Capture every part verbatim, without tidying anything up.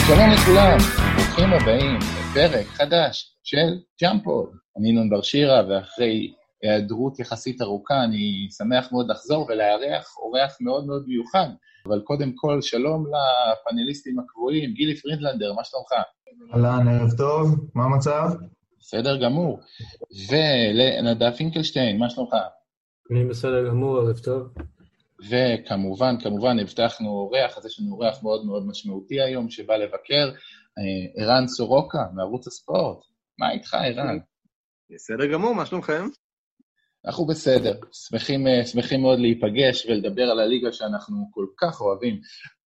שלום לכולם, ברוכים הבאים לפרק חדש של ג'אמפוד. אני נון בר שירה, ואחרי היעדרות יחסית ארוכה, אני שמח מאוד לחזור ולארח אורח מאוד מאוד מיוחד. אבל קודם כל, שלום לפאנליסטים הקבועים, גילי פרידלנדר, מה שלומך? אהלן, ערב טוב, מה המצב? בסדר גמור. ולנדב פינקלשטיין, מה שלומך? אני בסדר גמור, ערב טוב. וכמובן, כמובן, הבטחנו אורח, אז יש לנו אורח מאוד מאוד משמעותי היום, שבא לבקר, ערן סורוקה, מערוץ הספורט. מה איתך, ערן? בסדר גמור, מה שלומכם? אנחנו בסדר, שמחים, שמחים מאוד להיפגש ולדבר על הליגה שאנחנו כל כך אוהבים.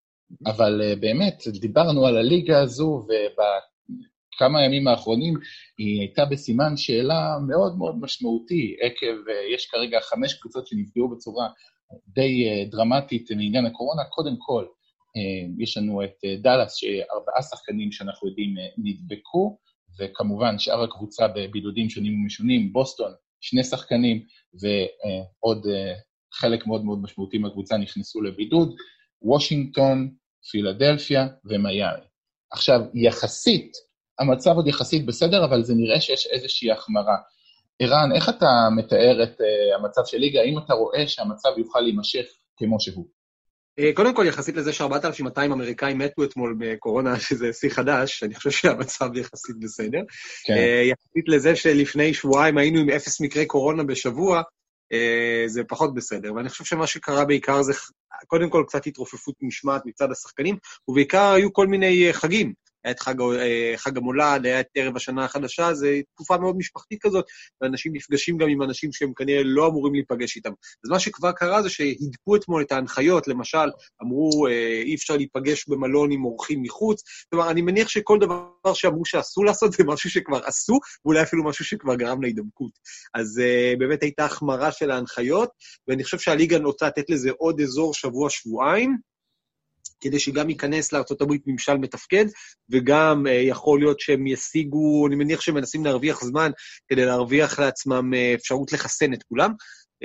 אבל באמת, דיברנו על הליגה הזו, ובכמה ימים האחרונים היא הייתה בסימן שאלה מאוד מאוד משמעותי, עקב, יש כרגע חמש קבוצות שנפגעו בצורה די דרמטית מעניין הקורונה. קודם כל, יש לנו את דלס, שארבעה שחקנים שאנחנו יודעים נדבקו, וכמובן שאר הקבוצה בבידודים שונים ומשונים, בוסטון, שני שחקנים, ועוד חלק מאוד מאוד משמעותי מהקבוצה נכנסו לבידוד, וושינגטון, פילדלפיה ומייאמי. עכשיו, יחסית, המצב עוד יחסית בסדר, אבל זה נראה שיש איזושהי החמרה. ערן, איך אתה מתאר את uh, המצב של ליגה? האם אתה רואה שהמצב יוכל להימשך כמו שהוא? קודם כל, יחסית לזה ש-ארבעת אלפים מאתיים אמריקאים מתו אתמול בקורונה, שזה שיא חדש, אני חושב שהמצב יחסית בסדר. כן. יחסית לזה שלפני שבועיים היינו עם אפס מקרי קורונה בשבוע, זה פחות בסדר. ואני חושב שמה שקרה בעיקר זה, קודם כל, קצת התרופפות משמעת מצד השחקנים, ובעיקר היו כל מיני חגים. היה את חג, חג המולד, היה את ערב השנה החדשה, זו תקופה מאוד משפחתית כזאת, ואנשים נפגשים גם עם אנשים שהם כנראה לא אמורים להיפגש איתם. אז מה שכבר קרה זה שהדפו אתמול את ההנחיות, למשל, אמרו, אי אפשר להיפגש במלון עם אורחים מחוץ, זאת אומרת, אני מניח שכל דבר שאמרו שאסור לעשות, זה משהו שכבר עשו, ואולי אפילו משהו שכבר גרם להידבקות. אז באמת הייתה החמרה של ההנחיות, ואני חושב שהליגה נוטה לתת לזה עוד אזור שבוע-שבועיים, כדי שגם ייכנס לארצות הברית ממשל מתפקד, וגם uh, יכול להיות שהם ישיגו, אני מניח שהם מנסים להרוויח זמן, כדי להרוויח לעצמם uh, אפשרות לחסן את כולם.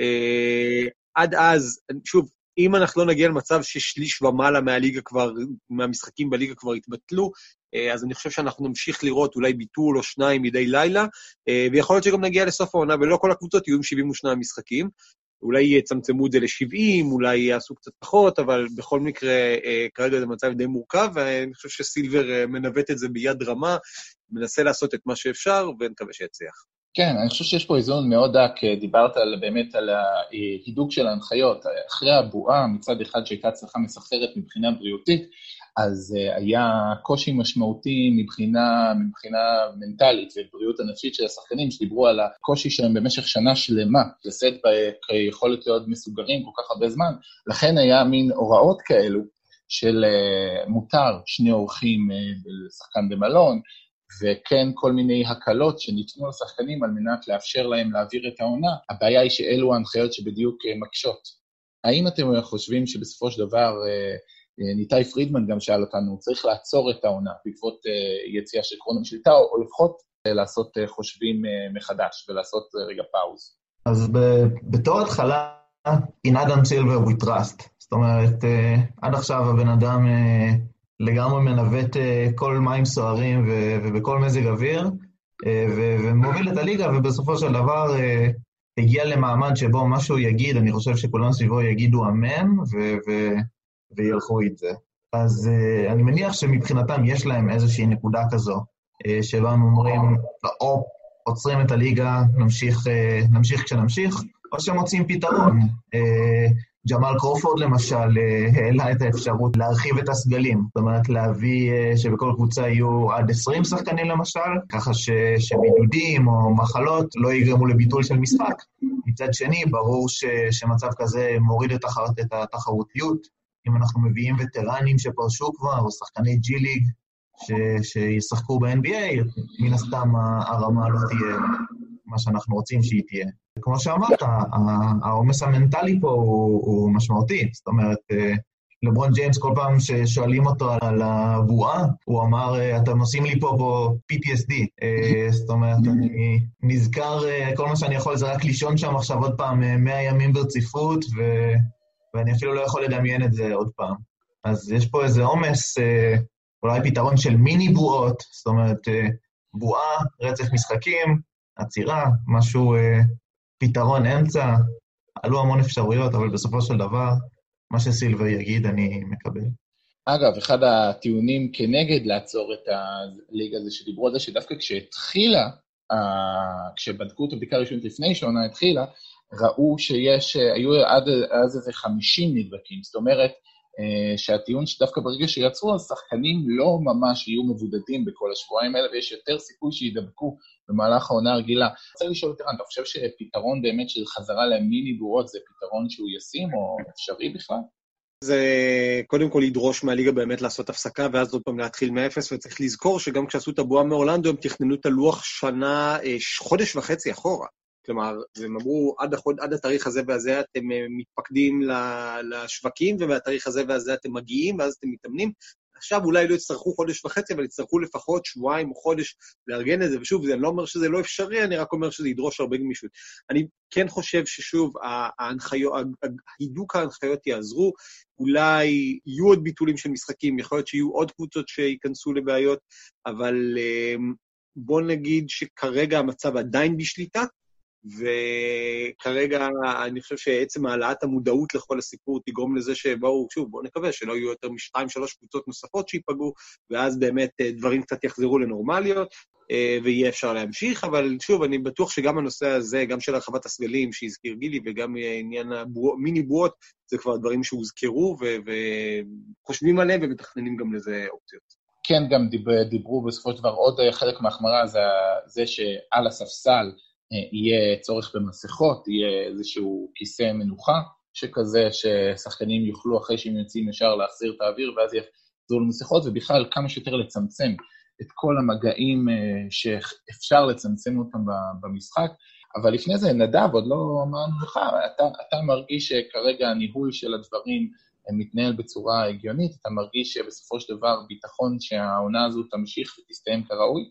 Uh, עד אז, שוב, אם אנחנו לא נגיע למצב ששליש ומעלה מהליגה כבר, מהמשחקים בליגה כבר התבטלו, uh, אז אני חושב שאנחנו נמשיך לראות אולי ביטול או שניים מדי לילה, uh, ויכול להיות שגם נגיע לסוף העונה, ולא כל הקבוצות יהיו עם שבעים ושניים משחקים, אולי יצמצמו את זה ל-שבעים, אולי יעשו קצת פחות, אבל בכל מקרה, כרגע זה מצב די מורכב, ואני חושב שסילבר מנווט את זה ביד רמה, מנסה לעשות את מה שאפשר, ונקווה שיצליח. כן, אני חושב שיש פה איזון מאוד דק, דיברת על, באמת על ההידוק של ההנחיות, אחרי הבועה, מצד אחד שהייתה הצלחה מסחררת מבחינה בריאותית, אז היה קושי משמעותי מבחינה, מבחינה מנטלית ובריאות הנפשית של השחקנים, שדיברו על הקושי שלהם במשך שנה שלמה, לשאת ביכולת להיות מסוגרים כל כך הרבה זמן, לכן היה מין הוראות כאלו של מותר שני אורחים לשחקן במלון, וכן כל מיני הקלות שניתנו לשחקנים על מנת לאפשר להם להעביר את העונה. הבעיה היא שאלו ההנחיות שבדיוק מקשות. האם אתם חושבים שבסופו של דבר, ניתאי פרידמן גם שאל אותנו, צריך לעצור את העונה בעקבות יציאה של קורונה משליטה, או לפחות לעשות חושבים מחדש ולעשות רגע פאוז? אז בתור התחלה, in Adam Silver we trust. זאת אומרת, עד עכשיו הבן אדם לגמרי מנווט כל מים סוערים ובכל מזג אוויר, ומוביל את הליגה, ובסופו של דבר הגיע למעמד שבו משהו יגיד, אני חושב שכולם סביבו יגידו אמן, וילכו את זה. אז אני מניח שמבחינתם יש להם איזושהי נקודה כזו, שבה הם אומרים, או עוצרים את הליגה, נמשיך, נמשיך כשנמשיך, או שמוצאים פתרון. ג'מאל קרופורד למשל העלה את האפשרות להרחיב את הסגלים, זאת אומרת להביא שבכל קבוצה יהיו עד עשרים שחקנים למשל, ככה ש, שבידודים או מחלות לא יגרמו לביטול של משחק. מצד שני, ברור ש, שמצב כזה מוריד את, התחר, את התחרותיות, אם אנחנו מביאים וטרנים שפרשו כבר, או שחקני ג'י-ליג ש, שישחקו ב-אן בי איי, מן הסתם הרמה לא תהיה מה שאנחנו רוצים שהיא תהיה. כמו שאמרת, העומס המנטלי פה הוא, הוא משמעותי, זאת אומרת, לברון ג'יימס כל פעם ששואלים אותו על הבועה, הוא אמר, אתם עושים לי פה פה פי טי אס די, זאת אומרת, אני נזכר, כל מה שאני יכול זה רק לישון שם עכשיו עוד פעם מאה ימים ברציפות, ו... ואני אפילו לא יכול לדמיין את זה עוד פעם. אז יש פה איזה עומס אולי פתרון של מיני בועות, זאת אומרת, בועה, רצף משחקים, עצירה, משהו, פתרון אמצע, עלו המון אפשרויות, אבל בסופו של דבר, מה שסילבר יגיד, אני מקבל. אגב, אחד הטיעונים כנגד לעצור את הליגה הזה, שדיברו על זה שדווקא כשהתחילה, כשבדקו את הבדיקה הראשונית לפני שעונה התחילה, ראו שיש, היו עד אז איזה חמישים נדבקים, זאת אומרת, שהטיעון שדווקא ברגע שיצרו, השחקנים לא ממש יהיו מבודדים בכל השבועיים האלה, ויש יותר סיכוי שידבקו במהלך העונה הרגילה. אני רוצה לשאול יותר, אתה חושב שפתרון באמת של חזרה למיני בועות, זה פתרון שהוא ישים או אפשרי בכלל? זה קודם כל לדרוש מהליגה באמת לעשות הפסקה, ואז עוד פעם להתחיל מאפס, וצריך לזכור שגם כשעשו את הבועה מאורלנדו, הם תכננו את הלוח שנה, חודש וחצי אחורה. כלומר, הם אמרו, עד, החוד, עד התאריך הזה והזה אתם מתפקדים לשווקים, ובתאריך הזה והזה אתם מגיעים, ואז אתם מתאמנים. עכשיו אולי לא יצטרכו חודש וחצי, אבל יצטרכו לפחות שבועיים או חודש לארגן את זה, ושוב, אני לא אומר שזה לא אפשרי, אני רק אומר שזה ידרוש הרבה גמישות. אני כן חושב ששוב, ההנחיות, הידוק ההנחיות יעזרו, אולי יהיו עוד ביטולים של משחקים, יכול להיות שיהיו עוד קבוצות שיכנסו לבעיות, אבל בוא נגיד שכרגע המצב עדיין בשליטה, וכרגע אני חושב שעצם העלאת המודעות לכל הסיפור תגרום לזה שבואו, שוב, בואו נקווה שלא יהיו יותר משתיים, שלוש קבוצות נוספות שיפגעו, ואז באמת דברים קצת יחזרו לנורמליות, ויהיה אפשר להמשיך, אבל שוב, אני בטוח שגם הנושא הזה, גם של הרחבת הסגלים שהזכיר גילי, וגם עניין המיני בועות, זה כבר דברים שהוזכרו, וחושבים עליהם ומתכננים גם לזה אופציות. כן, גם דיברו בסופו של דבר, עוד חלק מהחמרה זה, זה שעל הספסל, יהיה צורך במסכות, יהיה איזשהו כיסא מנוחה, שכזה ששחקנים יוכלו אחרי שהם יוצאים ישר להחזיר את האוויר, ואז יחזרו למסכות, ובכלל כמה שיותר לצמצם את כל המגעים שאפשר לצמצם אותם במשחק. אבל לפני זה, נדב, עוד לא אמרנו לך, אתה, אתה מרגיש שכרגע הניהול של הדברים מתנהל בצורה הגיונית, אתה מרגיש שבסופו של דבר ביטחון שהעונה הזו תמשיך ותסתיים כראוי?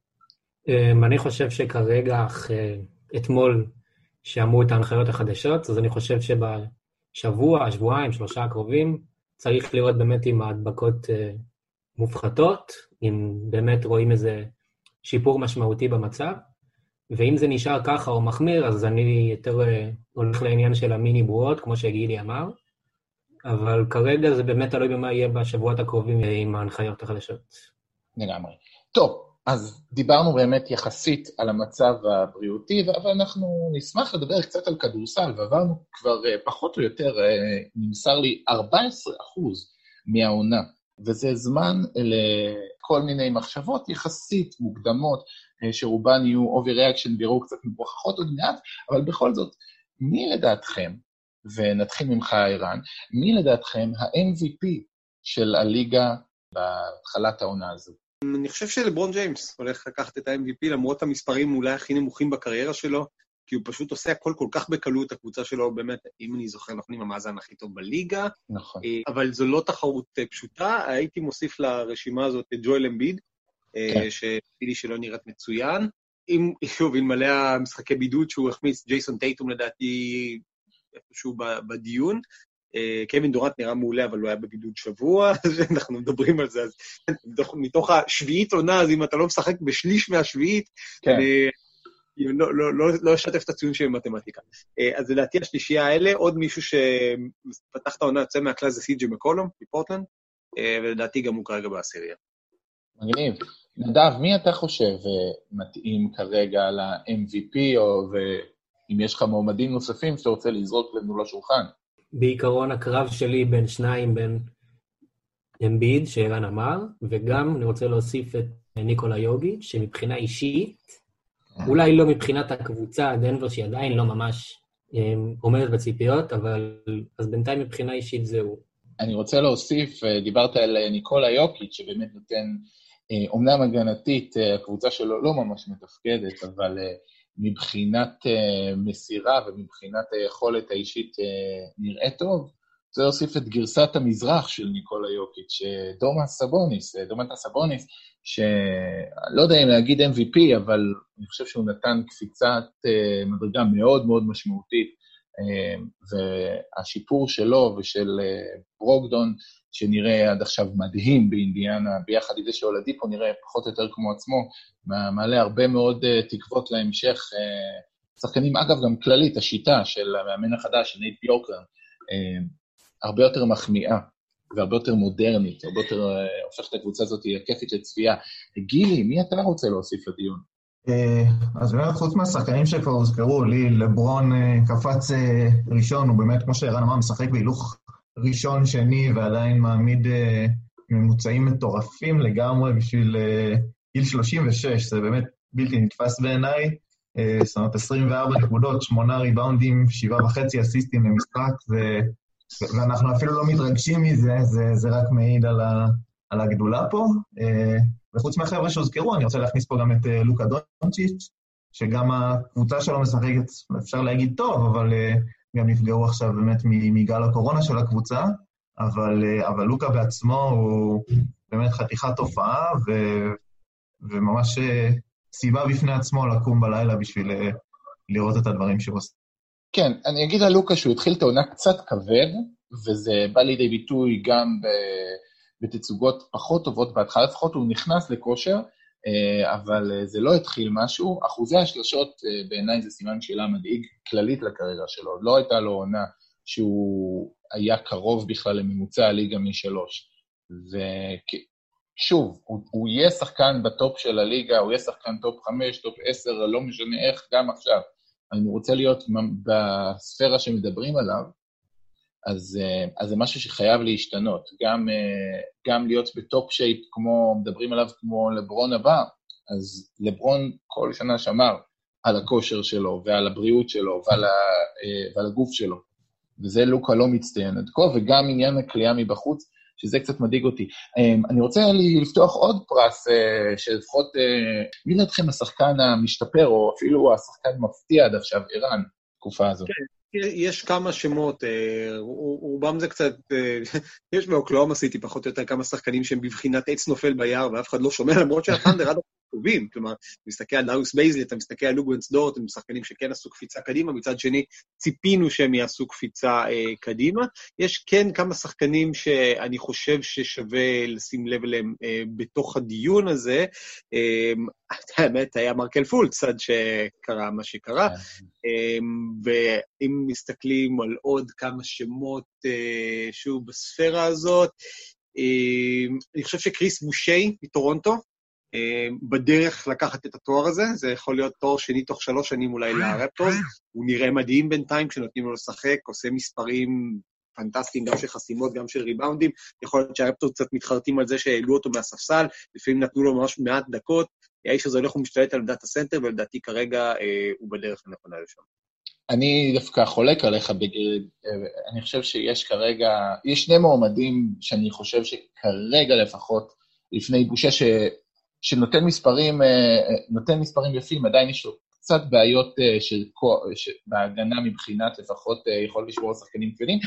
אני חושב שכרגע, אתמול שאמרו את ההנחיות החדשות, אז אני חושב שבשבוע, שבועיים, שלושה הקרובים, צריך לראות באמת אם ההדבקות מופחתות, אם באמת רואים איזה שיפור משמעותי במצב, ואם זה נשאר ככה או מחמיר, אז אני יותר הולך לעניין של המיני בועות, כמו שגילי אמר, אבל כרגע זה באמת תלוי במה יהיה בשבועות הקרובים עם ההנחיות החדשות. לגמרי. טוב. אז דיברנו באמת יחסית על המצב הבריאותי, אבל אנחנו נשמח לדבר קצת על כדורסל, ועברנו כבר פחות או יותר, נמסר לי ארבעה עשר אחוז מהעונה, וזה זמן לכל מיני מחשבות יחסית מוקדמות, שרובן יהיו overreaction, בירו קצת מבוכחות עוד מעט, אבל בכל זאת, מי לדעתכם, ונתחיל ממך אירן, מי לדעתכם ה-אם וי פי של הליגה בהתחלת העונה הזו? אני חושב שלברון ג'יימס הולך לקחת את ה-אם וי פי, למרות המספרים אולי הכי נמוכים בקריירה שלו, כי הוא פשוט עושה הכל כל כך בקלות, הקבוצה שלו באמת, אם אני זוכר נכון, עם המאזן הכי טוב בליגה, נכון. אבל זו לא תחרות פשוטה, הייתי מוסיף לרשימה הזאת את ג'ואל אמביד, כן. שפילי שלא נראית מצוין, אם, שוב, אלמלא המשחקי בידוד שהוא החמיץ, ג'ייסון טייטום לדעתי איפשהו בדיון, קווין דורנט נראה מעולה, אבל הוא היה בבידוד שבוע, אנחנו מדברים על זה, אז מתוך השביעית עונה, אז אם אתה לא משחק בשליש מהשביעית, אני לא אשתף את הציון של מתמטיקה. אז לדעתי השלישייה האלה, עוד מישהו שפתח את העונה יוצא מהכלל זה סי.ג'יי מקולום, מפורטלנד, ולדעתי גם הוא כרגע בעשירייה. מגניב. נדב, מי אתה חושב מתאים כרגע ל-אם וי פי, או אם יש לך מועמדים נוספים שאתה רוצה לזרוק לנו לשולחן? בעיקרון הקרב שלי בין שניים, בין אמביד, שאירן אמר, וגם אני רוצה להוסיף את ניקולה יוגיץ', שמבחינה אישית, אולי לא מבחינת הקבוצה, דנבר שהיא עדיין לא ממש עומדת בציפיות, אבל אז בינתיים מבחינה אישית זהו. אני רוצה להוסיף, דיברת על ניקולה יוגיץ', שבאמת נותן, אומנם הגנתית, הקבוצה שלו לא ממש מתפקדת, אבל מבחינת מסירה ומבחינת היכולת האישית נראה טוב, זה להוסיף את גרסת המזרח של ניקולה יוקיץ', דומאס סבוניס, דומאס סבוניס, שלא יודע אם להגיד אם וי פי, אבל אני חושב שהוא נתן קפיצת מדרגה מאוד מאוד משמעותית והשיפור שלו ושל ברוקדון, שנראה עד עכשיו מדהים באינדיאנה, ביחד עם זה שאולדיפו נראה פחות או יותר כמו עצמו, מעלה הרבה מאוד תקוות להמשך, שחקנים, אגב, גם כללית, השיטה של המאמן החדש, של נייט ביורקלן, הרבה יותר מחמיאה, והרבה יותר מודרנית, הרבה יותר הופכת הקבוצה הזאת כיפית לצפייה. גילי, מי אתה רוצה להוסיף לדיון? אז באמת, חוץ מהשחקנים שכבר הוזכרו, לי לברון קפץ ראשון, הוא באמת, כמו שערן אמר, משחק בהילוך ראשון, שני, ועדיין מעמיד ממוצעים מטורפים לגמרי בשביל גיל שלושים ושש, זה באמת בלתי נתפס בעיניי, זאת אומרת, עשרים וארבע נקודות, שמונה ריבאונדים, שבעה וחצי אסיסטים למשחק, ואנחנו אפילו לא מתרגשים מזה, זה, זה רק מעיד על, ה, על הגדולה פה. וחוץ מהחבר'ה שהוזכרו, אני רוצה להכניס פה גם את לוקה דונצ'יץ', שגם הקבוצה שלו משחקת, אפשר להגיד טוב, אבל גם נפגעו עכשיו באמת מגל הקורונה של הקבוצה, אבל, אבל לוקה בעצמו הוא באמת חתיכת תופעה, ו, וממש סיבה בפני עצמו לקום בלילה בשביל לראות את הדברים שהוא עושה. כן, אני אגיד על לוקה שהוא התחיל את העונה קצת כבד, וזה בא לידי ביטוי גם בתצוגות פחות טובות בהתחלה, לפחות הוא נכנס לכושר, אבל זה לא התחיל משהו. אחוזי השלשות בעיניי זה סימן שאלה מדאיג כללית לקריירה שלו, לא הייתה לו עונה שהוא היה קרוב בכלל לממוצע הליגה משלוש, ושוב, הוא, הוא יהיה שחקן בטופ של הליגה, הוא יהיה שחקן טופ חמש, טופ עשר, לא משנה איך, גם עכשיו. אני רוצה להיות בספירה שמדברים עליו, אז, אז זה משהו שחייב להשתנות. גם, גם להיות בטופ שייפ, כמו מדברים עליו כמו לברון הבא, אז לברון כל שנה שמר על הכושר שלו, ועל הבריאות שלו, ועל, ה, ועל הגוף שלו. וזה לוקה לא מצטיין עד כה, וגם עניין הקליעה מבחוץ, שזה קצת מדאיג אותי. אני רוצה לפתוח עוד פרס, שלפחות, מי לדעתכם השחקן המשתפר, או אפילו השחקן מפתיע עד עכשיו, ערן, תקופה הזאת? כן, יש כמה שמות, רובם זה קצת, יש באוקלאומה סיטי פחות או יותר כמה שחקנים שהם בבחינת עץ נופל ביער, ואף אחד לא שומע, למרות שהפנדר עד טובים, כלומר, אתה מסתכל על דאריוס בייזלי, אתה מסתכל על לוק ונסדורט, הם שחקנים שכן עשו קפיצה קדימה, מצד שני ציפינו שהם יעשו קפיצה אה, קדימה. יש כן כמה שחקנים שאני חושב ששווה לשים לב אליהם אה, בתוך הדיון הזה, אה, האמת היה מרקל פולץ עד שקרה מה שקרה, אה, ואם מסתכלים על עוד כמה שמות אה, שהוא בספירה הזאת, אה, אני חושב שקריס בושי מטורונטו, בדרך לקחת את התואר הזה, זה יכול להיות תואר שני תוך שלוש שנים אולי לרפטורס, הוא נראה מדהים בינתיים כשנותנים לו לשחק, עושה מספרים פנטסטיים, גם של חסימות, גם של ריבאונדים, יכול להיות שהרפטורס קצת מתחרטים על זה שהעלו אותו מהספסל, לפעמים נתנו לו ממש מעט דקות, האיש הזה הולך ומשתלט על דאטה סנטר, ולדעתי כרגע אה, הוא בדרך הנכונה לשם. אני דווקא חולק עליך בגרד, אני חושב שיש כרגע, יש שני מועמדים שאני חושב שכרגע לפחות, לפני בושה ש... שנותן מספרים, נותן מספרים יפים, עדיין יש לו קצת בעיות של, בהגנה מבחינת לפחות יכול לשבור שחקנים כבדים.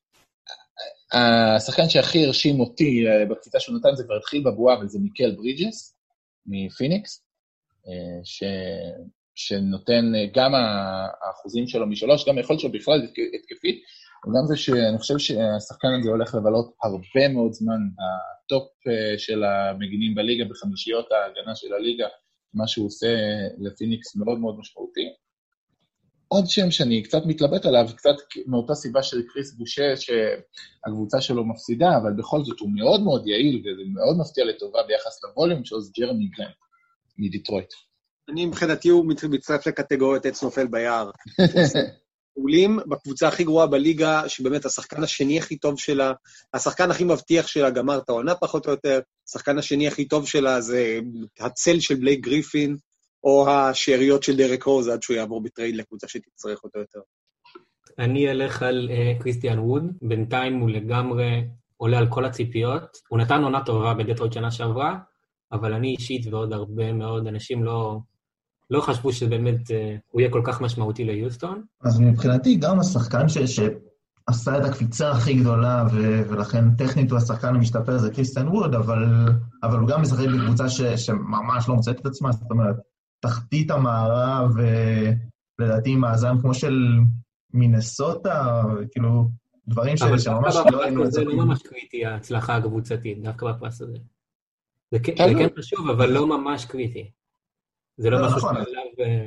השחקן שהכי הרשים אותי בקפיצה שהוא נותן, זה כבר התחיל בבועה, אבל זה מיקל ברידג'ס, מפיניקס, ש, שנותן גם האחוזים שלו משלוש, גם יכול להיות שהוא בכלל התקפית, וגם זה שאני חושב שהשחקן הזה הולך לבלות הרבה מאוד זמן בטופ של המגינים בליגה, בחמישיות ההגנה של הליגה, מה שהוא עושה לפיניקס מאוד מאוד משמעותי. עוד שם שאני קצת מתלבט עליו, קצת מאותה סיבה של קריס בושה, שהקבוצה שלו מפסידה, אבל בכל זאת הוא מאוד מאוד יעיל, וזה מאוד מפתיע לטובה ביחס לווליום, שעוז ג'רמי גרנט, מדיטרויט. אני מבחינתי הוא מצטרף לקטגוריית עץ נופל ביער. עולים בקבוצה הכי גרועה בליגה, שבאמת השחקן השני הכי טוב שלה, השחקן הכי מבטיח שלה גמר את העונה פחות או יותר, השחקן השני הכי טוב שלה זה הצל של בלייק גריפין, או השאריות של דרק רוז, עד שהוא יעבור בטרייד לקבוצה שתצטרך אותו יותר. אני אלך על uh, קריסטיאן ווד, בינתיים הוא לגמרי עולה על כל הציפיות, הוא נתן עונה טובה בדטרויט שנה שעברה, אבל אני אישית ועוד הרבה מאוד אנשים לא... לא חשבו שבאמת אה, הוא יהיה כל כך משמעותי ליוסטון. אז מבחינתי גם השחקן ש... שעשה את הקפיצה הכי גדולה, ו... ולכן טכנית הוא השחקן המשתפר, זה קריסטיאן ווד, אבל, אבל הוא גם משחק בקבוצה ש... שממש לא מוצאת את עצמה, זאת אומרת, תחתית המערב, ולדעתי מאזן כמו של מינסוטה, כאילו, דברים אבל שממש דווקא לא היינו בפרס הזה מצפים. לא ממש קריטי ההצלחה הקבוצתית, דווקא בפרס הזה. זה כן חשוב, אבל לא ממש קריטי. זה לא משהו שעליו...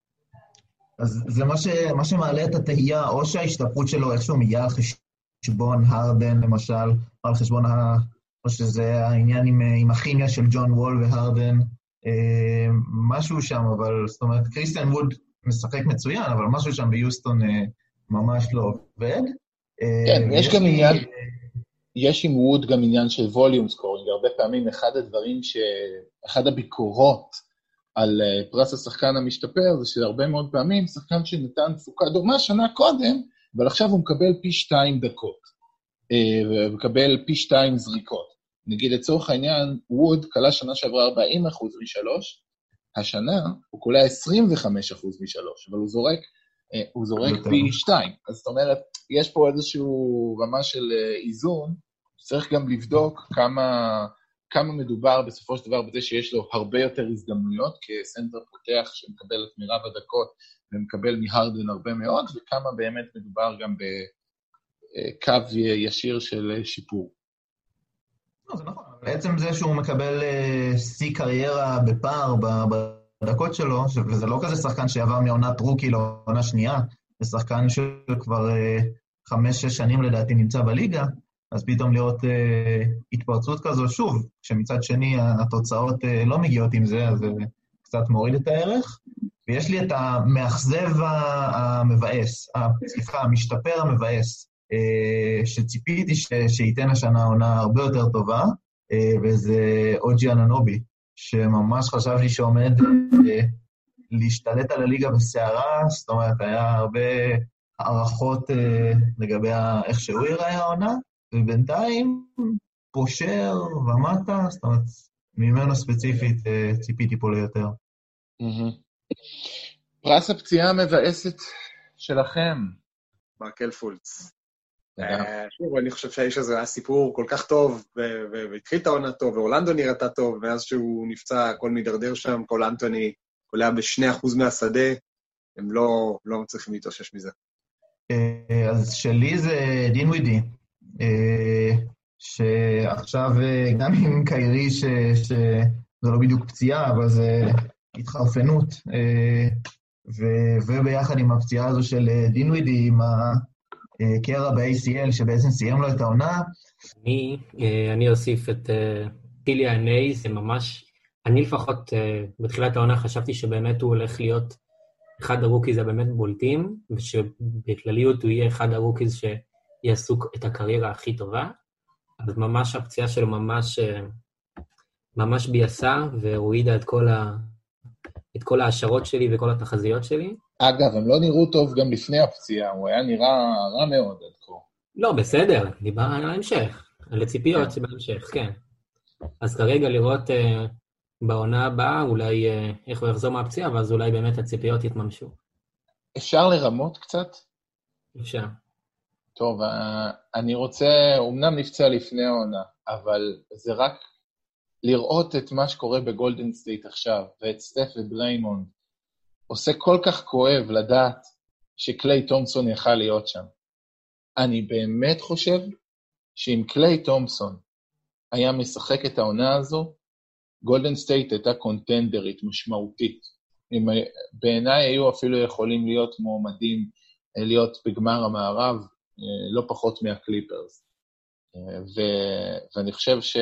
אז זה מה, ש, מה שמעלה את התהייה, או שההשתפרות שלו איכשהו מגיעה על חשבון הרדן, למשל, או על חשבון, ה, או שזה העניין עם, עם הכימיה של ג'ון וול והרדן, אה, משהו שם, אבל זאת אומרת, קריסטיאן ווד משחק מצוין, אבל משהו שם ביוסטון אה, ממש לא עובד. כן, אה, יש גם לי... עניין, יש עם ווד גם עניין של ווליום סקורינג, הרבה פעמים אחד הדברים ש... אחד הביקורות, על פרס השחקן המשתפר, זה שהרבה מאוד פעמים שחקן שנתן תפוקה דומה שנה קודם, אבל עכשיו הוא מקבל פי שתיים דקות, ומקבל פי שתיים זריקות. נגיד לצורך העניין, ווד קלה שנה שעברה ארבעים אחוז משלוש, השנה הוא קולה עשרים וחמישה אחוז משלוש, אבל הוא זורק, הוא זורק פי שתיים. אז זאת אומרת, יש פה איזשהו רמה של איזון, צריך גם לבדוק כמה... כמה מדובר בסופו של דבר בזה שיש לו הרבה יותר הזדמנויות, כסנטר פותח שמקבל את מירב הדקות ומקבל מהרדן הרבה מאוד, וכמה באמת מדובר גם בקו ישיר של שיפור. לא, זה נכון. בעצם זה שהוא מקבל שיא קריירה בפער בדקות שלו, וזה לא כזה שחקן שעבר מעונת רוקי לעונה שנייה, זה שחקן שכבר חמש-שש שנים לדעתי נמצא בליגה, אז פתאום לראות אה, התפרצות כזו, שוב, כשמצד שני התוצאות אה, לא מגיעות עם זה, אז זה אה, קצת מוריד את הערך. ויש לי את המאכזב המבאס, אה, סליחה, המשתפר המבאס, אה, שציפיתי ש, שייתן השנה עונה הרבה יותר טובה, אה, וזה אוג'י אננובי, שממש חשבתי שעומד אה, להשתלט על הליגה בסערה, זאת אומרת, היה הרבה הערכות אה, לגבי איך שהוא ייראה העונה, ובינתיים פושר ומטה, זאת אומרת, ממנו ספציפית ציפיתי פה ליותר. פרס הפציעה המבאסת שלכם. מרקל פולץ. שוב, אני חושב שהאיש הזה היה סיפור כל כך טוב, והתחיל את העונה טוב, ואורלנדו נראתה טוב, מאז שהוא נפצע, הכל מדרדר שם, כל אנטוני עולה בשני אחוז מהשדה, הם לא מצליחים להתאושש מזה. אז שלי זה דין ווידי. שעכשיו גם עם קיירי שזה לא בדיוק פציעה, אבל זה התחרפנות, וביחד עם הפציעה הזו של דין ווידי, עם הקרע ב-איי סי אל שבעצם סיים לו את העונה. אני, אני אוסיף את טילי אנאי, זה ממש, אני לפחות בתחילת העונה חשבתי שבאמת הוא הולך להיות אחד הרוקיז הבאמת בולטים, ושבכלליות הוא יהיה אחד הרוקיז ש... יעשו את הקריירה הכי טובה, אז ממש הפציעה שלו ממש, ממש ביאסה, והורידה את כל, ה, את כל ההשערות שלי וכל התחזיות שלי. אגב, הם לא נראו טוב גם לפני הפציעה, הוא היה נראה רע מאוד עד כה. לא, בסדר, דיבר על ההמשך, על הציפיות שבהמשך, כן. אז כרגע לראות uh, בעונה הבאה, אולי uh, איך הוא יחזור מהפציעה, ואז אולי באמת הציפיות יתממשו. אפשר לרמות קצת? אפשר. טוב, אני רוצה, אמנם נפצע לפני העונה, אבל זה רק לראות את מה שקורה בגולדן סטייט עכשיו, ואת סטף ודריימונד, עושה כל כך כואב לדעת שקליי תומפסון יכל להיות שם. אני באמת חושב שאם קליי תומפסון היה משחק את העונה הזו, גולדן סטייט הייתה קונטנדרית משמעותית. בעיניי היו אפילו יכולים להיות מועמדים להיות בגמר המערב, לא פחות מהקליפרס. ו- ואני חושב ש...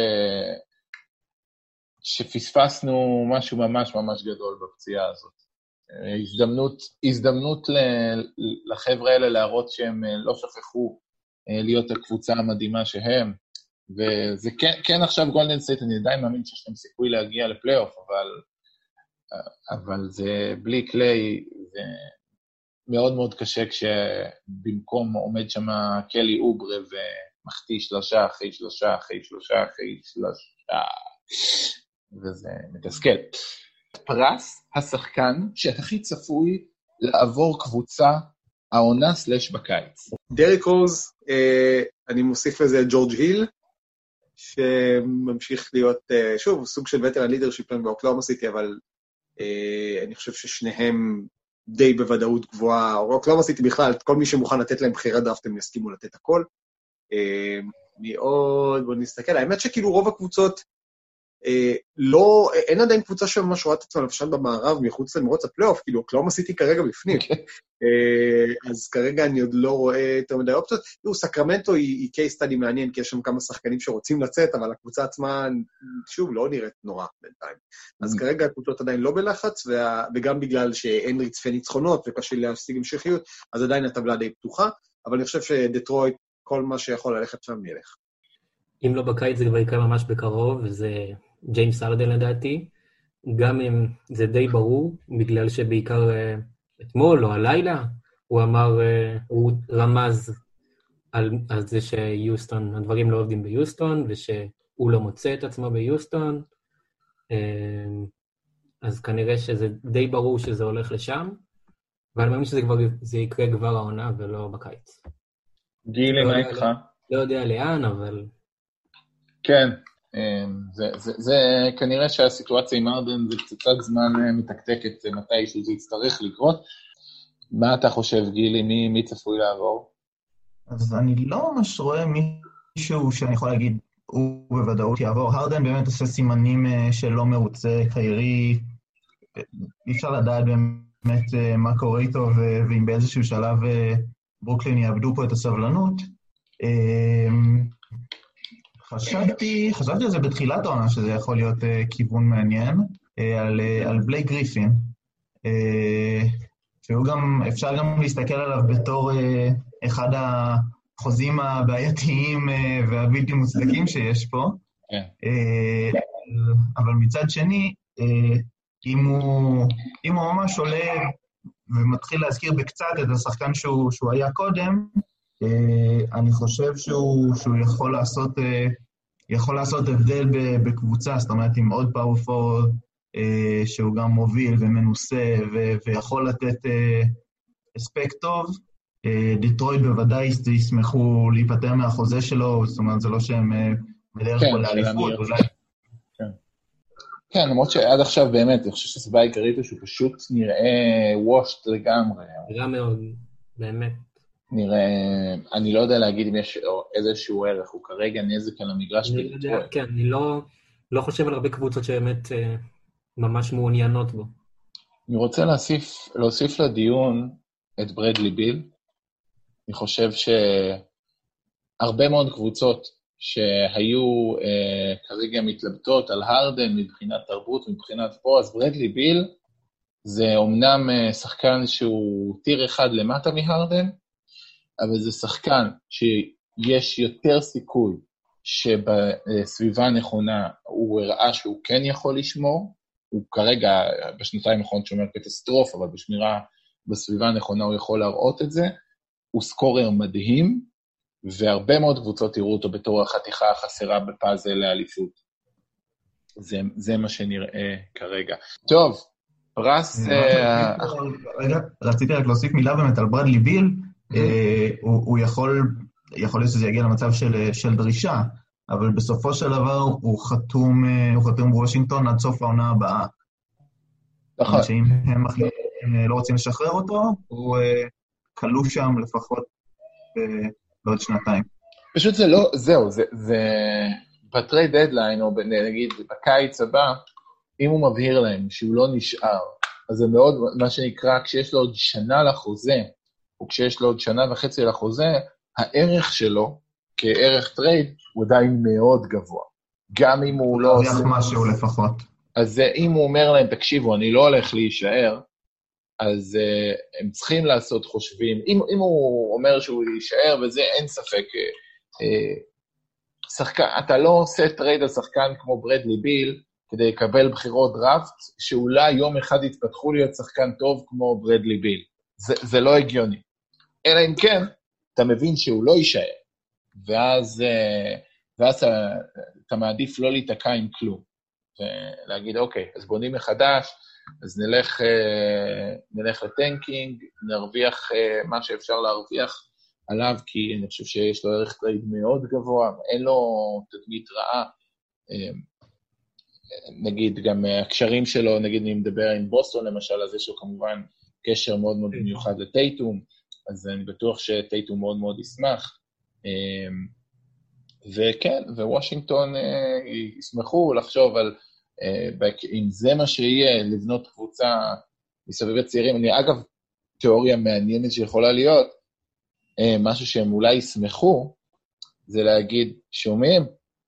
שפספסנו משהו ממש ממש גדול בפציעה הזאת. הזדמנות, הזדמנות ל- לחבר'ה האלה להראות שהם לא שכחו להיות הקבוצה המדהימה שהם, וזה כן, כן עכשיו גולדן סטייט, אני עדיין מאמין שיש להם סיכוי להגיע לפלייאוף, אבל, אבל זה בלי קליי, זה מאוד מאוד קשה כשבמקום עומד שם קלי אוברה ומחטיא שלושה אחרי שלושה אחרי שלושה אחרי שלושה, וזה מתסכל. פרס השחקן שהכי צפוי לעבור קבוצה העונה סלש בקיץ. דריק רוז, אה, אני מוסיף לזה ג'ורג' היל, שממשיך להיות, אה, שוב, סוג של וטרן לידרשיפ באוקלאומה סיטי, אבל אה, אני חושב ששניהם די בוודאות גבוהה, או אוקלאומה סיטי בכלל, כל מי שמוכן לתת להם בחירת דראפט, הם יסכימו לתת הכל. מי עוד, בוא נסתכל, האמת שכאילו רוב הקבוצות, לא, אין עדיין קבוצה שממש רואה את עצמה, למשל במערב, מחוץ למרוץ הפלייאוף, כאילו אוקלאומה סיטי כרגע בפנים. אז כרגע אני עוד לא רואה יותר מדי אופציות. תראו, סקרמנטו היא קייס סטאדי מעניין, כי יש שם כמה שחקנים שרוצים לצאת, אבל הקבוצה עצמה, שוב, לא נראית נורא בינתיים. אז כרגע הקבוצות עדיין לא בלחץ, וגם בגלל שאין רצפי ניצחונות, וקשה להשיג המשכיות, אז עדיין הטבלה די פתוחה, אבל אני חושב שדטרויט, כל מה שיכול ללכת שם ילך. אם לא בקיץ זה כבר יקרה ממש בקרוב, וזה ג'יימס הרדן לדעתי, גם אם זה די ברור, בגלל שבעיקר אתמול או הלילה, הוא אמר, הוא רמז על, על זה שיוסטון, הדברים לא עובדים ביוסטון, ושהוא לא מוצא את עצמו ביוסטון, אז כנראה שזה די ברור שזה הולך לשם, ואני מאמין שזה כבר, זה יקרה כבר העונה ולא בקיץ. גילי, מה איתך? לא יודע לאן, אבל... כן, זה, זה, זה כנראה שהסיטואציה עם ארדן זה קצת זמן מתקתקת מתי שזה יצטרך לקרות. מה אתה חושב, גילי? מי, מי צפוי לעבור? אז אני לא ממש רואה מישהו שאני יכול להגיד, הוא בוודאות יעבור. הרדן באמת עושה סימנים שלא מרוצה, קיירי, אי אפשר לדעת באמת מה קורה איתו, ואם באיזשהו שלב ברוקלין יאבדו פה את הסבלנות. חשבתי, חשבתי על זה בתחילת העונה, שזה יכול להיות כיוון מעניין, על, על בלייק גריפין, שהוא גם, אפשר גם להסתכל עליו בתור אחד החוזים הבעייתיים והבלתי מוצדקים שיש פה, אבל מצד שני, אם הוא, אם הוא ממש עולה ומתחיל להזכיר בקצת את השחקן שהוא, שהוא היה קודם, אני חושב שהוא, שהוא יכול לעשות, יכול לעשות הבדל בקבוצה, זאת אומרת, עם עוד פאורפורד, שהוא גם מוביל ומנוסה, ויכול לתת אספקט טוב. דיטרויט בוודאי ישמחו להיפטר מהחוזה שלו, זאת אומרת, זה לא שהם בדרך כלל לאליפות, אולי. כן, למרות שעד עכשיו באמת, אני חושב שהסיבה העיקרית הוא שהוא פשוט נראה וושט לגמרי. נראה מאוד, באמת. נראה, אני לא יודע להגיד אם יש איזשהו ערך, הוא כרגע נזק על המגרש. אני לא יודע, כן, אני לא, לא חושב על הרבה קבוצות שבאמת אה, ממש מעוניינות בו. אני רוצה להוסיף, להוסיף לדיון את ברדלי ביל. אני חושב שהרבה מאוד קבוצות שהיו אה, כרגע מתלבטות על הרדן מבחינת תרבות, מבחינת פה, אז ברדלי ביל זה אומנם אה, שחקן שהוא טיר אחד למטה מהרדן, אבל זה שחקן שיש יותר סיכוי שבסביבה הנכונה הוא הראה שהוא כן יכול לשמור, הוא כרגע בשנתיים האחרונות שומר קטסטרוף, אבל בשמירה בסביבה הנכונה הוא יכול להראות את זה, הוא סקורר מדהים, והרבה מאוד קבוצות תראו אותו בתור החתיכה החסרה בפאזל לאליפות. זה, זה מה שנראה כרגע. טוב, פרס... רגע, רציתי רק להוסיף מילה באמת על ברדלי ביל, הוא יכול, יכול להיות שזה יגיע למצב של, של דרישה, אבל בסופו של דבר הוא חתום, הוא חתום בוושינגטון עד סוף העונה הבאה. נכון. שאם הם, הם לא רוצים לשחרר אותו, הוא כלוא שם לפחות בעוד שנתיים. פשוט זה לא, זהו, זה, זה בטרי דדליין, או נגיד בקיץ הבא, אם הוא מבהיר להם שהוא לא נשאר, אז זה מאוד, מה שנקרא, כשיש לו עוד שנה לחוזה, או כשיש לו עוד שנה וחצי לחוזה, הערך שלו, כערך טרייד, הוא עדיין מאוד גבוה. גם אם הוא לא... זה משהו לפחות. אז אם הוא אומר להם, תקשיבו, אני לא הולך להישאר, אז uh, הם צריכים לעשות חושבים. אם, אם הוא אומר שהוא יישאר, וזה אין ספק, uh, שחקן, אתה לא עושה טרייד על שחקן כמו ברדלי ביל, כדי לקבל בחירות דראפט, שאולי יום אחד יתפתחו להיות שחקן טוב כמו ברדלי ביל. זה, זה לא הגיוני. אלא אם כן, אתה מבין שהוא לא יישאר, ואז, ואז אתה מעדיף לא להתעקע עם כלום, ולהגיד, אוקיי, אז בונים מחדש, אז נלך, נלך לטנקינג, נרוויח מה שאפשר להרוויח עליו, כי אני חושב שיש לו ערך טרייד מאוד גבוה, אין לו תדמית רעה, נגיד גם הקשרים שלו, נגיד אני מדבר עם בוסטון למשל, אז יש לו כמובן קשר מאוד מאוד מיוחד לטייטום, אז אני בטוח שטייטום מאוד מאוד ישמח. וכן, ווושינגטון ישמחו לחשוב על, אם זה מה שיהיה, לבנות קבוצה מסביב הצעירים. אני אגב, תיאוריה מעניינת שיכולה להיות, משהו שהם אולי ישמחו, זה להגיד, שומעים,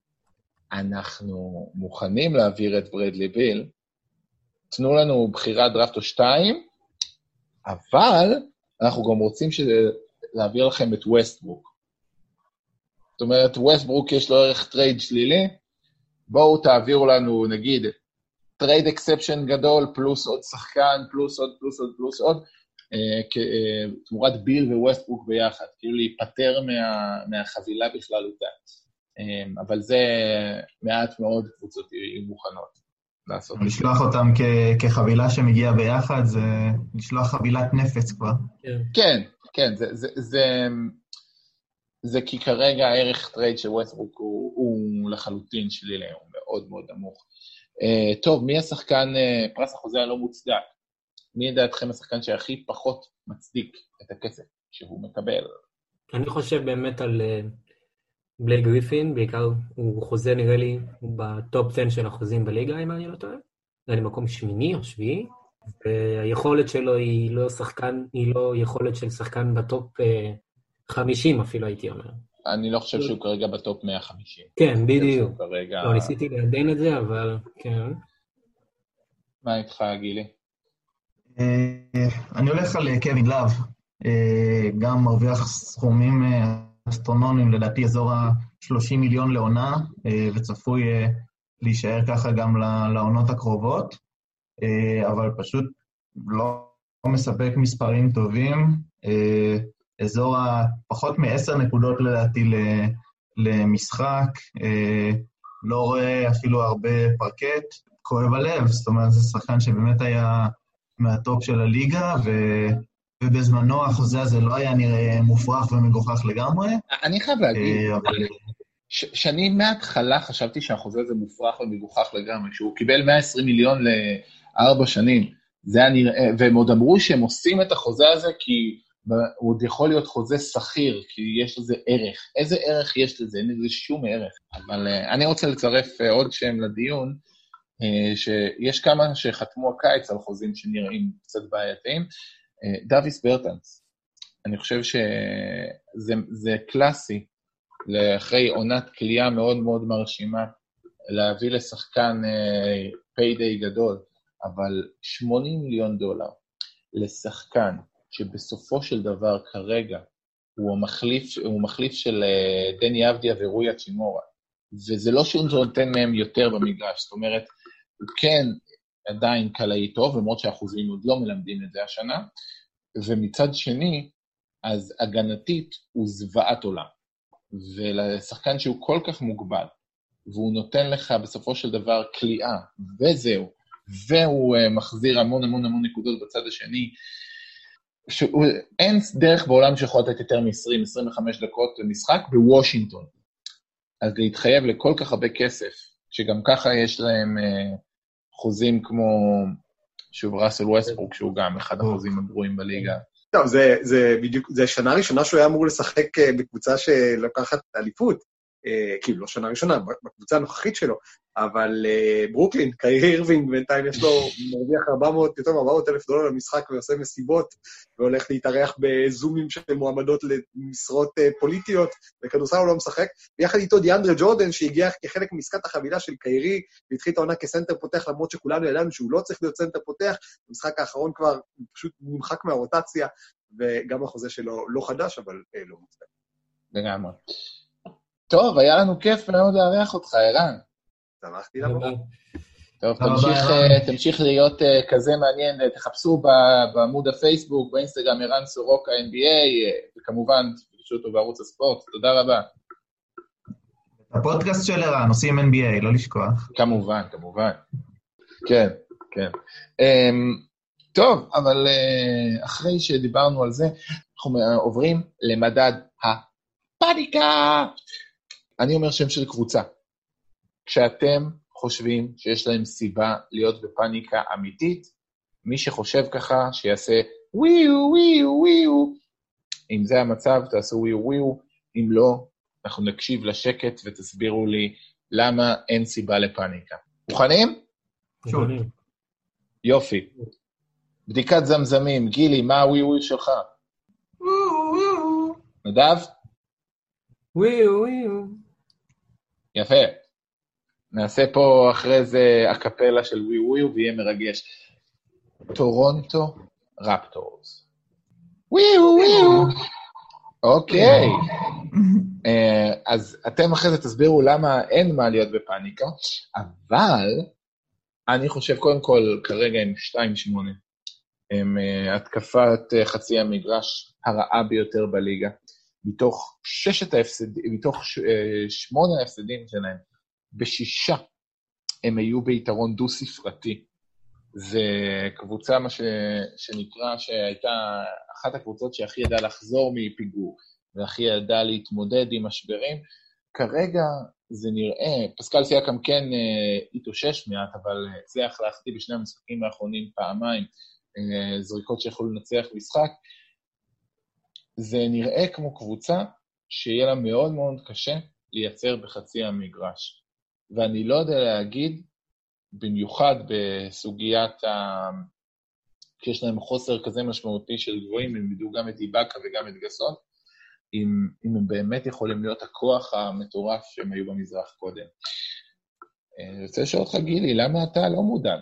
אנחנו מוכנים להעביר את ברדלי ביל, תנו לנו בחירת דראפט או שתיים, אבל אנחנו גם רוצים להעביר לכם את ווסטברוק. זאת אומרת, ווסטברוק יש לו ערך טרייד שלילי, בואו תעבירו לנו, נגיד, טרייד אקספשן גדול, פלוס עוד שחקן, פלוס עוד, פלוס עוד, פלוס עוד, אה, תמורת ביל וווסטברוק ביחד, כאילו להיפטר מה, מהחבילה בכללותה. אה, אבל זה מעט מאוד קבוצות יהיו מוכנות לעשות. לשלוח אותם כ- כחבילה שמגיעה ביחד, זה לשלוח חבילת נפץ כבר. כן, כן, זה, זה, זה, זה כי כרגע הערך טרייד של ווסטברוק הוא, הוא לחלוטין שלילי, הוא מאוד מאוד נמוך. Uh, טוב, מי השחקן, uh, פרס החוזה הלא מוצדק? מי ידעתכם השחקן שהכי פחות מצדיק את הכסף שהוא מקבל? אני חושב באמת על uh, בלייק גריפין, בעיקר הוא חוזה נראה לי בטופ עשר של החוזים בליגה, אם אני לא טועה. זה מקום שמיני או שביעי, והיכולת שלו היא לא שחקן, היא לא יכולת של שחקן בטופ uh, חמישים אפילו הייתי אומר. אני לא חושב שהוא כרגע בטופ מאה וחמישים. כן, בדיוק. כרגע... לא, ניסיתי לעדן את זה, אבל כן. מה איתך, גילי? אני הולך על קווין לאב, גם מרוויח סכומים אסטרונומיים, לדעתי אזור ה-שלושים מיליון לעונה, וצפוי להישאר ככה גם לעונות הקרובות, אבל פשוט לא מספק מספרים טובים, אזור הפחות מעשר נקודות לדעתי למשחק, לא רואה אפילו הרבה פרקט, כואב הלב, זאת אומרת, זה שחקן שבאמת היה מהטופ של הליגה, ו... ובזמנו החוזה הזה לא היה נראה מופרך ומגוחך לגמרי. אני חייב להגיד, אבל... ש... שאני מההתחלה חשבתי שהחוזה הזה מופרך ומגוחך לגמרי, שהוא קיבל מאה ועשרים מיליון לארבע שנים, זה היה נראה, והם עוד אמרו שהם עושים את החוזה הזה כי הוא עוד יכול להיות חוזה שכיר, כי יש לזה ערך. איזה ערך יש לזה? אין לזה שום ערך. אבל uh, אני רוצה לצרף uh, עוד שם לדיון, uh, שיש כמה שחתמו הקיץ על חוזים שנראים קצת בעייתיים. Uh, דוויס ברטנס, אני חושב שזה זה קלאסי, לאחרי עונת קליעה מאוד מאוד מרשימה, להביא לשחקן uh, פיידיי גדול, אבל שמונים מיליון דולר לשחקן, שבסופו של דבר כרגע הוא המחליף, הוא מחליף של דני אבדיה ורוי אצ'ימורה, וזה לא שהוא נותן מהם יותר במגרש, זאת אומרת, הוא כן עדיין קלעי טוב, למרות שהאחוזים עוד לא מלמדים את זה השנה, ומצד שני, אז הגנתית הוא זוועת עולם, ולשחקן שהוא כל כך מוגבל, והוא נותן לך בסופו של דבר קליעה, וזהו, והוא מחזיר המון המון המון נקודות בצד השני, אין דרך בעולם שיכול לתת יותר מ-עשרים עד עשרים וחמש דקות למשחק בוושינגטון. אז להתחייב לכל כך הרבה כסף, שגם ככה יש להם uh, חוזים כמו, שוב, ראסל ווסטברוק, שהוא גם אחד החוזים הגרועים בליגה. טוב, זה, זה בדיוק, זה שנה ראשונה שהוא היה אמור לשחק בקבוצה שלוקחת אליפות, כאילו לא שנה ראשונה, בקבוצה הנוכחית שלו, אבל ברוקלין, קיירי אירווינג, בינתיים יש לו מרוויח ארבע מאות, יותר מ-ארבע מאות אלף דולר למשחק, ועושה מסיבות, והולך להתארח בזומים של מועמדות למשרות פוליטיות, וכדורסל הוא לא משחק, ויחד איתו דיאנדרה ג'ורדן, שהגיע כחלק מעסקת החבילה של קיירי, והתחיל את העונה כסנטר פותח, למרות שכולנו ידענו שהוא לא צריך להיות סנטר פותח, במשחק האחרון כבר פשוט נמחק מהרוטציה, וגם החוזה שלו לא חדש, אבל לא מוצדק. לגמרי. טוב, היה לנו כיף מאוד לארח אותך, ערן. שמחתי לבוא. טוב, תמשיך, תמשיך להיות כזה מעניין, תחפשו בעמוד הפייסבוק, באינסטגרם, ערן סורוקה אן בי איי, וכמובן, תפגשו אותו בערוץ הספורט. תודה רבה. הפודקאסט של ערן, עושים אן בי איי, לא לשכוח. כמובן, כמובן. כן, כן. טוב, אבל אחרי שדיברנו על זה, אנחנו עוברים למדד הפאניקה. אני אומר שם של קבוצה. כשאתם חושבים שיש להם סיבה להיות בפאניקה אמיתית, מי שחושב ככה שיעשה וויו, וויו, וויו. אם זה המצב, תעשו וויו, וויו. אם לא, אנחנו נקשיב לשקט ותסבירו לי למה אין סיבה לפאניקה. מוכנים? מוכנים. יופי. בדיקת זמזמים. גילי, מה הוויו וויו שלך? נדב? וויו, וויו. יפה. נעשה פה אחרי זה הקפלה של וויו וויו ויהיה מרגש. טורונטו רפטורס. וויו וויו. אוקיי. אז אתם אחרי זה תסבירו למה אין מה להיות בפאניקה, אבל אני חושב קודם כל כרגע עם שתיים שמונה. הם התקפת חצי המגרש הרעה ביותר בליגה. מתוך ששת ההפסדים, מתוך שמונה ההפסדים שלהם, בשישה הם היו ביתרון דו-ספרתי. זה קבוצה מה ש... שנקרא שהייתה אחת הקבוצות שהכי ידעה לחזור מפיגור, והכי ידעה להתמודד עם משברים. כרגע זה נראה, פסקל סייקם כן התאושש מעט, אבל הצליח להחטיא בשני המשחקים האחרונים פעמיים, זריקות שיכולו לנצח משחק. זה נראה כמו קבוצה שיהיה לה מאוד מאוד קשה לייצר בחצי המגרש. ואני לא יודע להגיד, במיוחד בסוגיית ה... כשיש להם חוסר כזה משמעותי של גבוהים, הם ידעו גם את איבקה וגם את גסון, אם, אם הם באמת יכולים להיות הכוח המטורף שהם היו במזרח קודם. אני רוצה לשאול אותך, גילי, למה אתה לא מודאג?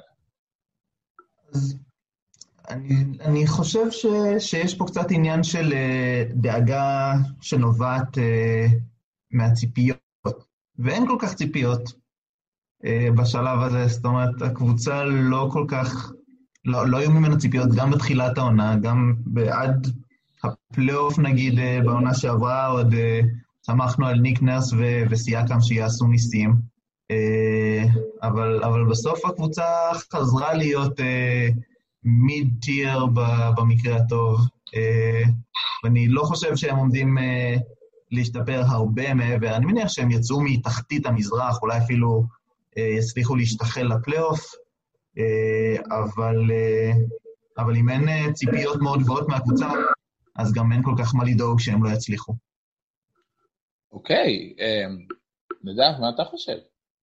אז אני, אני חושב ש, שיש פה קצת עניין של uh, דאגה שנובעת uh, מהציפיות, ואין כל כך ציפיות uh, בשלב הזה, זאת אומרת, הקבוצה לא כל כך, לא, לא היו ממנו ציפיות, גם בתחילת העונה, גם עד הפלייאוף נגיד uh, בעונה שעברה, עוד uh, שמחנו על ניק נרס ו- וסייקם שיעשו ניסים, uh, אבל, אבל בסוף הקבוצה חזרה להיות... Uh, מיד טיר במקרה הטוב, ואני לא חושב שהם עומדים להשתפר הרבה מעבר, אני מניח שהם יצאו מתחתית המזרח, אולי אפילו יצליחו להשתחל לפלייאוף, אבל, אבל אם אין ציפיות מאוד גבוהות מהקבוצה, אז גם אין כל כך מה לדאוג שהם לא יצליחו. אוקיי, נדב, מה אתה חושב?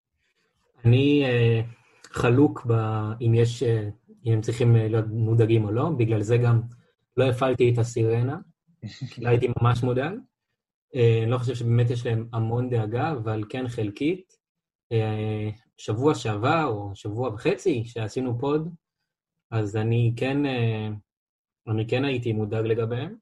אני חלוק אם יש... אם הם צריכים להיות מודאגים או לא, בגלל זה גם לא הפעלתי את הסירנה, לא הייתי ממש מודאג. אני לא חושב שבאמת יש להם המון דאגה, אבל כן חלקית. שבוע שעבר, או שבוע וחצי, שעשינו פוד, אז אני כן, אני כן הייתי מודאג לגביהם.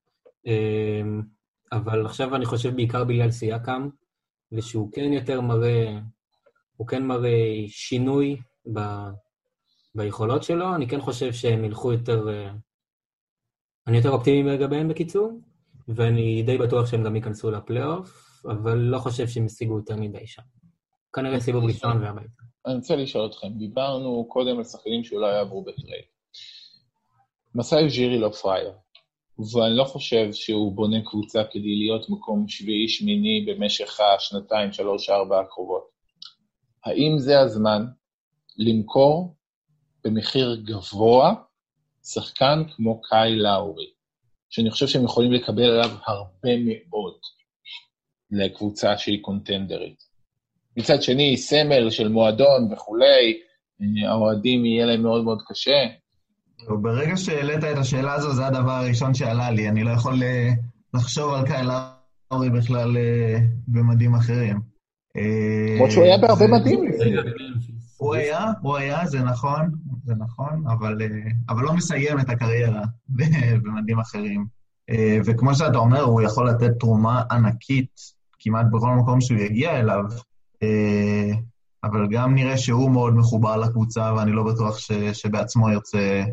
אבל עכשיו אני חושב בעיקר בגלל סייקם, ושהוא כן יותר מראה, הוא כן מראה שינוי ב... ביכולות שלו, אני כן חושב שהם ילכו יותר, אני יותר אופטימי לגביהם בקיצור, ואני די בטוח שהם גם ייכנסו לפלייאוף, אבל לא חושב שהם השיגו יותר מדי שם. כנראה סיבוב ראשון והביתה. אני רוצה לשאול אתכם, דיברנו קודם על שחקנים שאולי יעברו בטרייד. מסאי אוג'ירי לא פרייר, ואני לא חושב שהוא בונה קבוצה כדי להיות מקום שביעי שמיני במשך השנתיים, שלוש, ארבע הקרובות. האם זה הזמן למכור במחיר גבוה, שחקן כמו קאי לאורי, שאני חושב שהם יכולים לקבל עליו הרבה מאוד לקבוצה שהיא קונטנדרית. מצד שני, סמל של מועדון וכולי, האוהדים יהיה להם מאוד מאוד קשה. ברגע שהעלית את השאלה הזו, זה הדבר הראשון שעלה לי. אני לא יכול לחשוב על קאי לאורי בכלל במדים אחרים. כמו שהוא היה בהרבה מדים לפני. הוא היה, הוא היה, זה נכון, זה נכון, אבל, אבל לא מסיים את הקריירה במדים אחרים. וכמו שאתה אומר, הוא יכול לתת תרומה ענקית כמעט בכל מקום שהוא יגיע אליו, אבל גם נראה שהוא מאוד מחובר לקבוצה, ואני לא בטוח ש, שבעצמו ירצה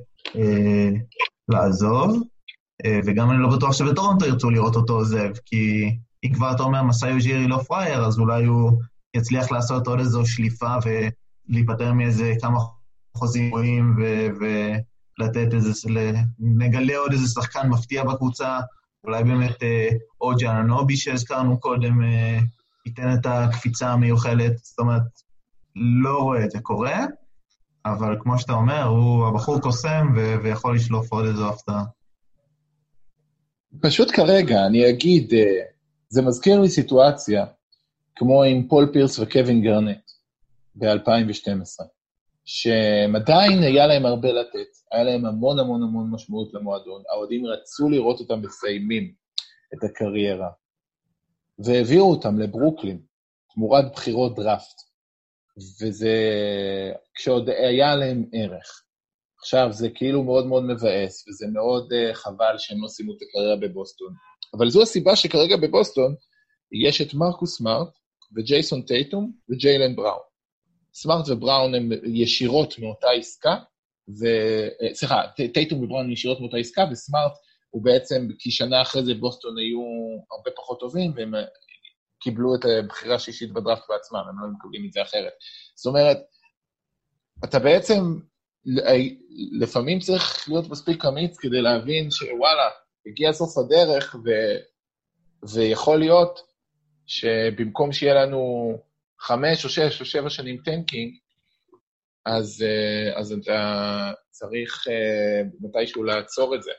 לעזוב, וגם אני לא בטוח שבטורונטו ירצו לראות אותו עוזב, כי אם כבר אתה אומר, מסאי אוג'ירי לא פרייר, אז אולי הוא יצליח לעשות עוד איזו שליפה ו... להיפטר מאיזה כמה חוזים רואים ולתת איזה, נגלה עוד איזה שחקן מפתיע בקבוצה, אולי באמת או ג'אננובי שהזכרנו קודם ייתן את הקפיצה המיוחלת, זאת אומרת, לא רואה את זה קורה, אבל כמו שאתה אומר, הוא הבחור קוסם ו- ויכול לשלוף עוד איזו הפתעה. פשוט כרגע, אני אגיד, זה מזכיר לי סיטואציה, כמו עם פול פירס וקווין גרנט, ב-אלפיים ושתים עשרה, שהם עדיין היה להם הרבה לתת, היה להם המון המון המון משמעות למועדון, האוהדים רצו לראות אותם מסיימים את הקריירה, והביאו אותם לברוקלין, תמורת בחירות דראפט, וזה, כשעוד היה להם ערך. עכשיו זה כאילו מאוד מאוד מבאס, וזה מאוד uh, חבל שהם לא סיימו את הקריירה בבוסטון. אבל זו הסיבה שכרגע בבוסטון יש את מרקוס סמארט, וג'ייסון טייטום, וג'יילן בראון. סמארט ובראון הם ישירות מאותה עסקה, ו... סליחה, טייטום ובראון ישירות מאותה עסקה, וסמארט הוא בעצם, כי שנה אחרי זה בוסטון היו הרבה פחות טובים, והם קיבלו את הבחירה השישית בדראפט בעצמם, הם לא מקבלים את זה אחרת. זאת אומרת, אתה בעצם, לפעמים צריך להיות מספיק אמיץ כדי להבין שוואלה, הגיע סוף הדרך, ו... ויכול להיות שבמקום שיהיה לנו חמש או שש או שבע שנים טנקינג, אז, אז אתה צריך מתישהו לעצור את זה.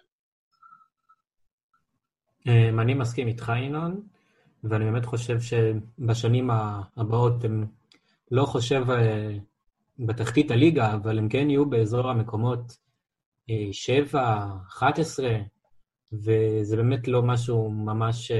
אני מסכים איתך, ינון, ואני באמת חושב שבשנים הבאות הם לא חושב בתחתית הליגה, אבל הם כן יהיו באזור המקומות שבע, אחת עשרה, וזה באמת לא משהו ממש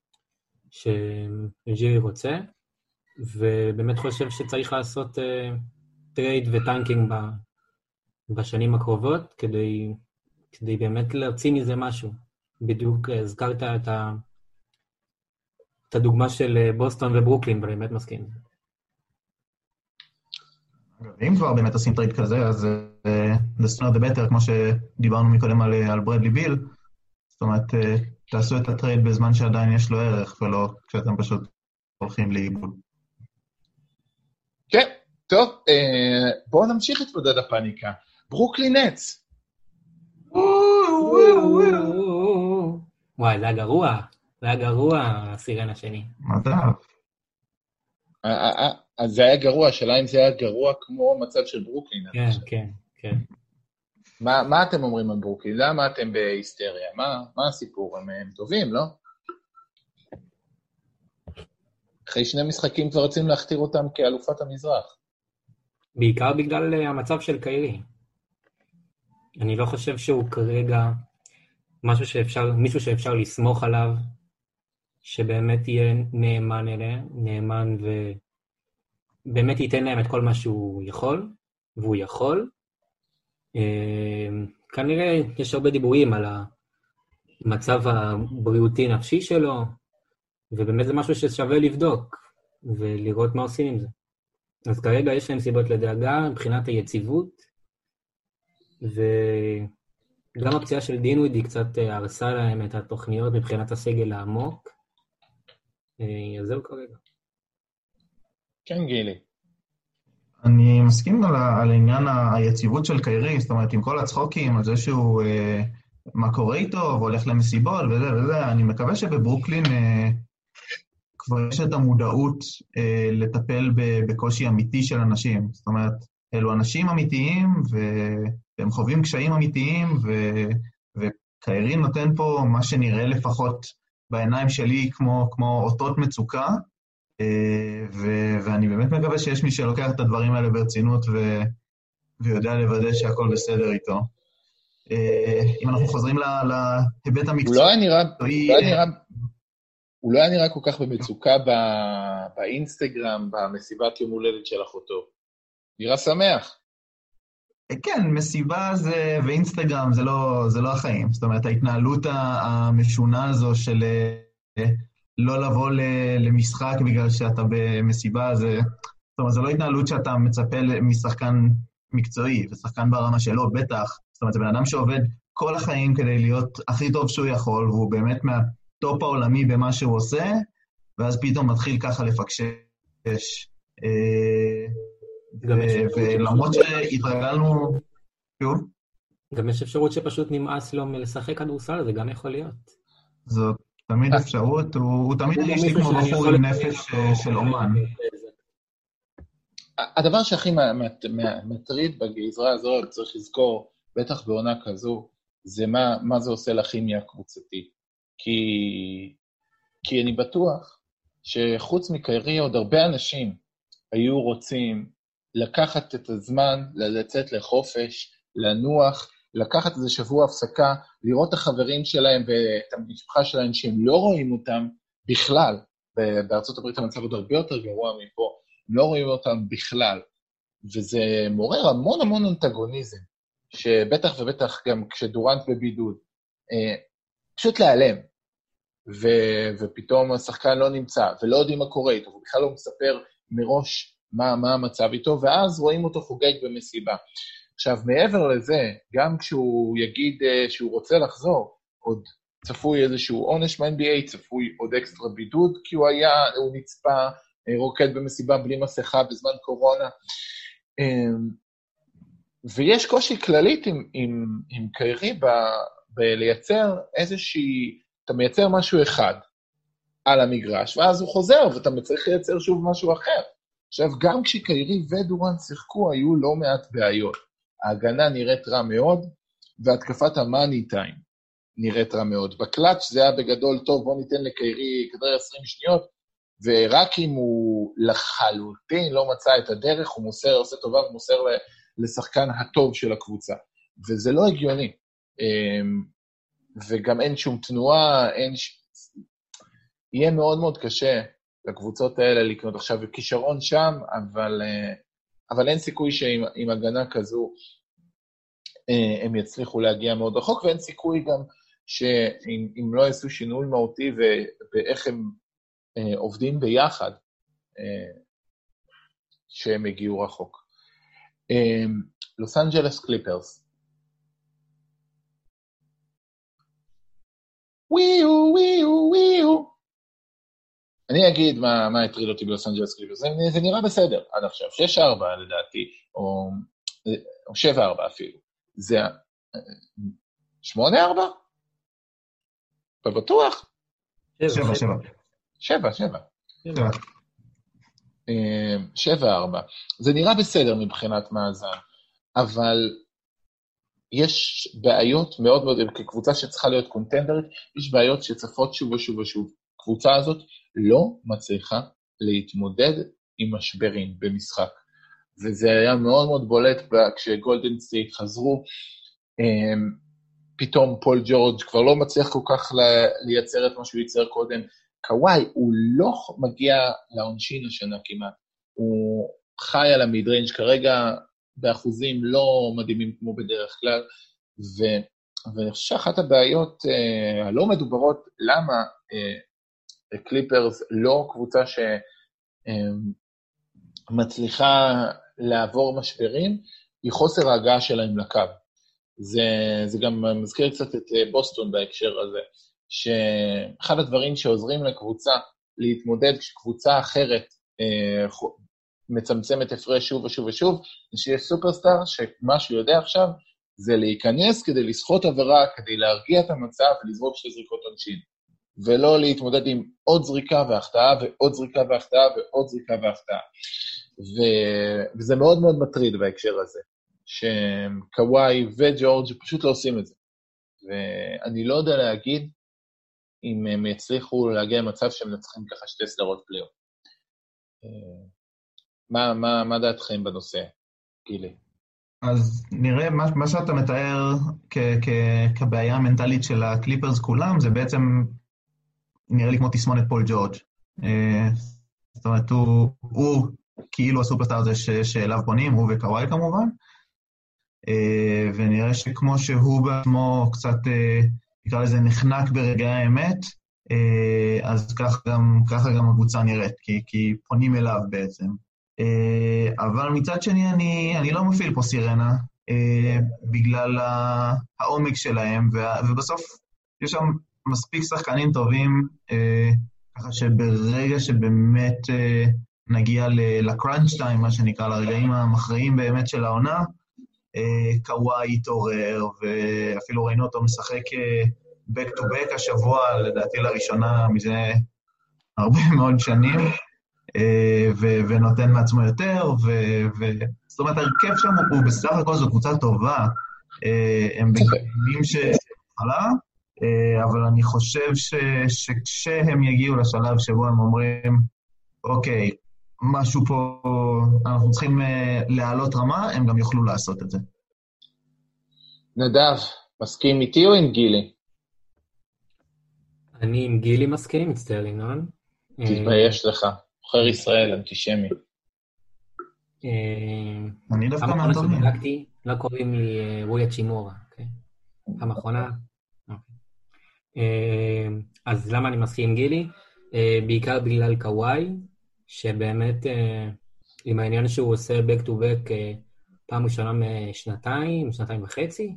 שג'ירי רוצה, ובאמת חושב שצריך לעשות טרייד וטנקינג בשנים הקרובות, כדי, כדי באמת להוציא מזה משהו. בדיוק הזכרת את, ה, את הדוגמה של בוסטון וברוקלין, ואני באמת מסכים. אם כבר באמת עושים טרייד כזה, אז the sooner the better, כמו שדיברנו מקודם על, על ברדלי ביל, זאת אומרת, תעשו את הטרייד בזמן שעדיין יש לו ערך, ולא כשאתם פשוט הולכים לאיבוד. כן, טוב, בואו נמשיך את מדד הפאניקה. ברוקלין נטס. וואי, זה היה גרוע. זה היה גרוע, הסירן השני. מדע. אז זה היה גרוע, השאלה אם זה היה גרוע כמו מצב של ברוקלין. כן, כן, כן. מה, מה אתם אומרים על ברוקלין? למה אתם בהיסטריה? מה, מה הסיפור? הם, הם טובים, לא? אחרי שני משחקים כבר רוצים להכתיר אותם כאלופת המזרח. בעיקר בגלל המצב של קיירי. אני לא חושב שהוא כרגע משהו שאפשר, מישהו שאפשר לסמוך עליו, שבאמת יהיה נאמן אליהם, נאמן ובאמת ייתן להם את כל מה שהוא יכול, והוא יכול. כנראה יש הרבה דיבורים על המצב הבריאותי נפשי שלו, ובאמת זה משהו ששווה לבדוק, ולראות מה עושים עם זה. אז כרגע יש להם סיבות לדאגה, מבחינת היציבות, וגם הפציעה של דינווידי קצת הרסה להם את התוכניות מבחינת הסגל העמוק. אז זהו כרגע. כן, גילי. אני מסכים על, על העניין היציבות של קיירי, זאת אומרת, עם כל הצחוקים, על זה שהוא, אה, מה קורה איתו, והולך למסיבות וזה וזה, אני מקווה שבברוקלין אה, כבר יש את המודעות אה, לטפל בקושי אמיתי של אנשים. זאת אומרת, אלו אנשים אמיתיים, והם חווים קשיים אמיתיים, ו, וקיירי נותן פה מה שנראה לפחות בעיניים שלי כמו, כמו אותות מצוקה, ו- ואני באמת מקווה שיש מי שלוקח את הדברים האלה ברצינות ו- ויודע לוודא שהכל בסדר איתו. אם אנחנו חוזרים להיבט המקצועי... הוא לא היה נראה, הוא היה נראה, הוא לא היה נראה כל כך במצוקה ב- באינסטגרם, במסיבת יום הולדת של אחותו. נראה שמח. כן, מסיבה זה, ואינסטגרם זה לא, זה לא החיים. זאת אומרת, ההתנהלות המשונה הזו של לא לבוא למשחק בגלל שאתה במסיבה, זה, זאת אומרת, זה לא התנהלות שאתה מצפה משחקן מקצועי, ושחקן ברמה שלו, בטח. זאת אומרת, זה בן אדם שעובד כל החיים כדי להיות הכי טוב שהוא יכול, והוא באמת מהטופ העולמי במה שהוא עושה, ואז פתאום מתחיל ככה לפקשש. ולמרות שהתרגלנו... גם יש אפשרות שפשוט נמאס לו מלשחק כדורסל, זה גם יכול להיות. זאת תמיד אפשרות, הוא תמיד יש לי כמו בחור עם נפש של אומן. הדבר שהכי מטריד בגזרה הזאת, צריך לזכור, בטח בעונה כזו, זה מה, מה זה עושה לכימיה הקבוצתי. כי, כי אני בטוח שחוץ מקיירי עוד הרבה אנשים היו רוצים לקחת את הזמן, לצאת לחופש, לנוח, לקחת איזה שבוע הפסקה, לראות את החברים שלהם ואת המשפחה שלהם שהם לא רואים אותם בכלל. בארצות הברית המצב עוד הרבה יותר גרוע מפה, לא רואים אותם בכלל. וזה מעורר המון המון אנטגוניזם, שבטח ובטח גם כשדורנט בבידוד, פשוט להיעלם. ו- ופתאום השחקן לא נמצא, ולא יודעים מה קורה איתו, הוא בכלל לא מספר מראש מה, מה המצב איתו, ואז רואים אותו חוגג במסיבה. עכשיו, מעבר לזה, גם כשהוא יגיד uh, שהוא רוצה לחזור, עוד צפוי איזשהו עונש מה-אן בי איי, צפוי עוד אקסטרה בידוד, כי הוא היה, הוא נצפה, uh, רוקד במסיבה בלי מסכה בזמן קורונה. Um, ויש קושי כללית עם, עם, עם קיירי ב, בלייצר איזושהי, אתה מייצר משהו אחד על המגרש, ואז הוא חוזר, ואתה צריך לייצר שוב משהו אחר. עכשיו, גם כשקיירי ודורנט שיחקו, היו לא מעט בעיות. ההגנה נראית רע מאוד, והתקפת המאני טיים נראית רע מאוד. בקלאץ' זה היה בגדול טוב, בוא ניתן לקיירי כדרי עשרים שניות, ורק אם הוא לחלוטין לא מצא את הדרך, הוא מוסר, עושה טובה ומוסר לשחקן הטוב של הקבוצה. וזה לא הגיוני. וגם אין שום תנועה, אין ש... יהיה מאוד מאוד קשה לקבוצות האלה לקנות עכשיו כישרון שם, אבל, אבל אין סיכוי שעם הגנה כזו הם יצליחו להגיע מאוד רחוק, ואין סיכוי גם שאם לא יעשו שינוי מהותי ואיך הם עובדים ביחד, שהם הגיעו רחוק. לוס אנג'לס קליפרס. וויו, וויו, וויו. אני אגיד מה, מה הטריד אותי בלוס אנג'לס קליפרס. זה, זה נראה בסדר עד עכשיו. שש ארבע לדעתי, או, או שבע ארבע אפילו. זה שמונה ארבע? בבטוח? שבע, שבע. שבע, שבע. שבע ארבע. זה נראה בסדר מבחינת מאזן, אבל יש בעיות מאוד מאוד, כקבוצה שצריכה להיות קונטנדרית, יש בעיות שצפות שוב ושוב ושוב. הקבוצה הזאת לא מצליחה להתמודד עם משברים במשחק. וזה היה מאוד מאוד בולט כשגולדן סטייט חזרו, פתאום פול ג'ורג' כבר לא מצליח כל כך לייצר את מה שהוא ייצר קודם. קוואי, הוא לא מגיע לעונשין השנה כמעט. הוא חי על המידרנג' כרגע באחוזים לא מדהימים כמו בדרך כלל, ו... ואני חושב שאחת הבעיות uh, הלא מדוברות, למה uh, קליפרס לא קבוצה שמצליחה uh, לעבור משברים, היא חוסר ההגעה שלהם לקו. זה, זה גם מזכיר קצת את uh, בוסטון בהקשר הזה, שאחד הדברים שעוזרים לקבוצה להתמודד כשקבוצה אחרת uh, מצמצמת הפרש שוב ושוב ושוב, זה שיש סופרסטאר שמה שהוא יודע עכשיו, זה להיכנס כדי לשחות עבירה, כדי להרגיע את המצב ולזרוק שתי זריקות עונשין. ולא להתמודד עם עוד זריקה והחטאה, ועוד זריקה והחטאה, ועוד זריקה והחטאה. ו... וזה מאוד מאוד מטריד בהקשר הזה, שקוואי וג'ורג' פשוט לא עושים את זה. ואני לא יודע להגיד אם הם יצליחו להגיע למצב שהם נצחים ככה שתי סדרות פלייאוף. מה, מה, מה דעתכם בנושא, גילי? אז נראה, מה, מה שאתה מתאר כ, כ, כבעיה המנטלית של הקליפרס כולם, זה בעצם נראה לי כמו תסמונת פול ג'ורג'. זאת אומרת, הוא, הוא כאילו הסופרסטאר הזה ש, שאליו פונים, הוא וקוואי כמובן, ונראה שכמו שהוא בעצמו קצת, נקרא לזה, נחנק ברגעי האמת, אז כך גם, ככה גם הקבוצה נראית, כי, כי פונים אליו בעצם. אבל מצד שני אני, אני לא מפעיל פה סירנה, בגלל העומק שלהם, ובסוף יש שם מספיק שחקנים טובים, ככה שברגע שבאמת נגיע לקראנץ' טיים, מה שנקרא, לרגעים המכריעים באמת של העונה, קוואי התעורר, ואפילו ראינו אותו משחק back to back השבוע, לדעתי לראשונה מזה הרבה מאוד שנים, ו- ונותן מעצמו יותר, ו- ו- זאת אומרת, הרכב שם הוא בסך הכל זו קבוצה טובה, הם בגלל שהתחלה, אבל אני חושב שכשהם יגיעו לשלב שבו הם אומרים, אוקיי, משהו פה, אנחנו צריכים להעלות רמה, הם גם יוכלו לעשות את זה. נדב, מסכים איתי או עם גילי? אני עם גילי מסכים, מצטער לינון. תתבייש לך, בוחר ישראל, אנטישמי. אני דווקא מהטובים. לא קוראים לי רויה צ'ימורה, פעם אחרונה. אז למה אני מסכים עם גילי? בעיקר בגלל קוואי, שבאמת עם העניין שהוא עושה back to back פעם ראשונה משנתיים, שנתיים וחצי,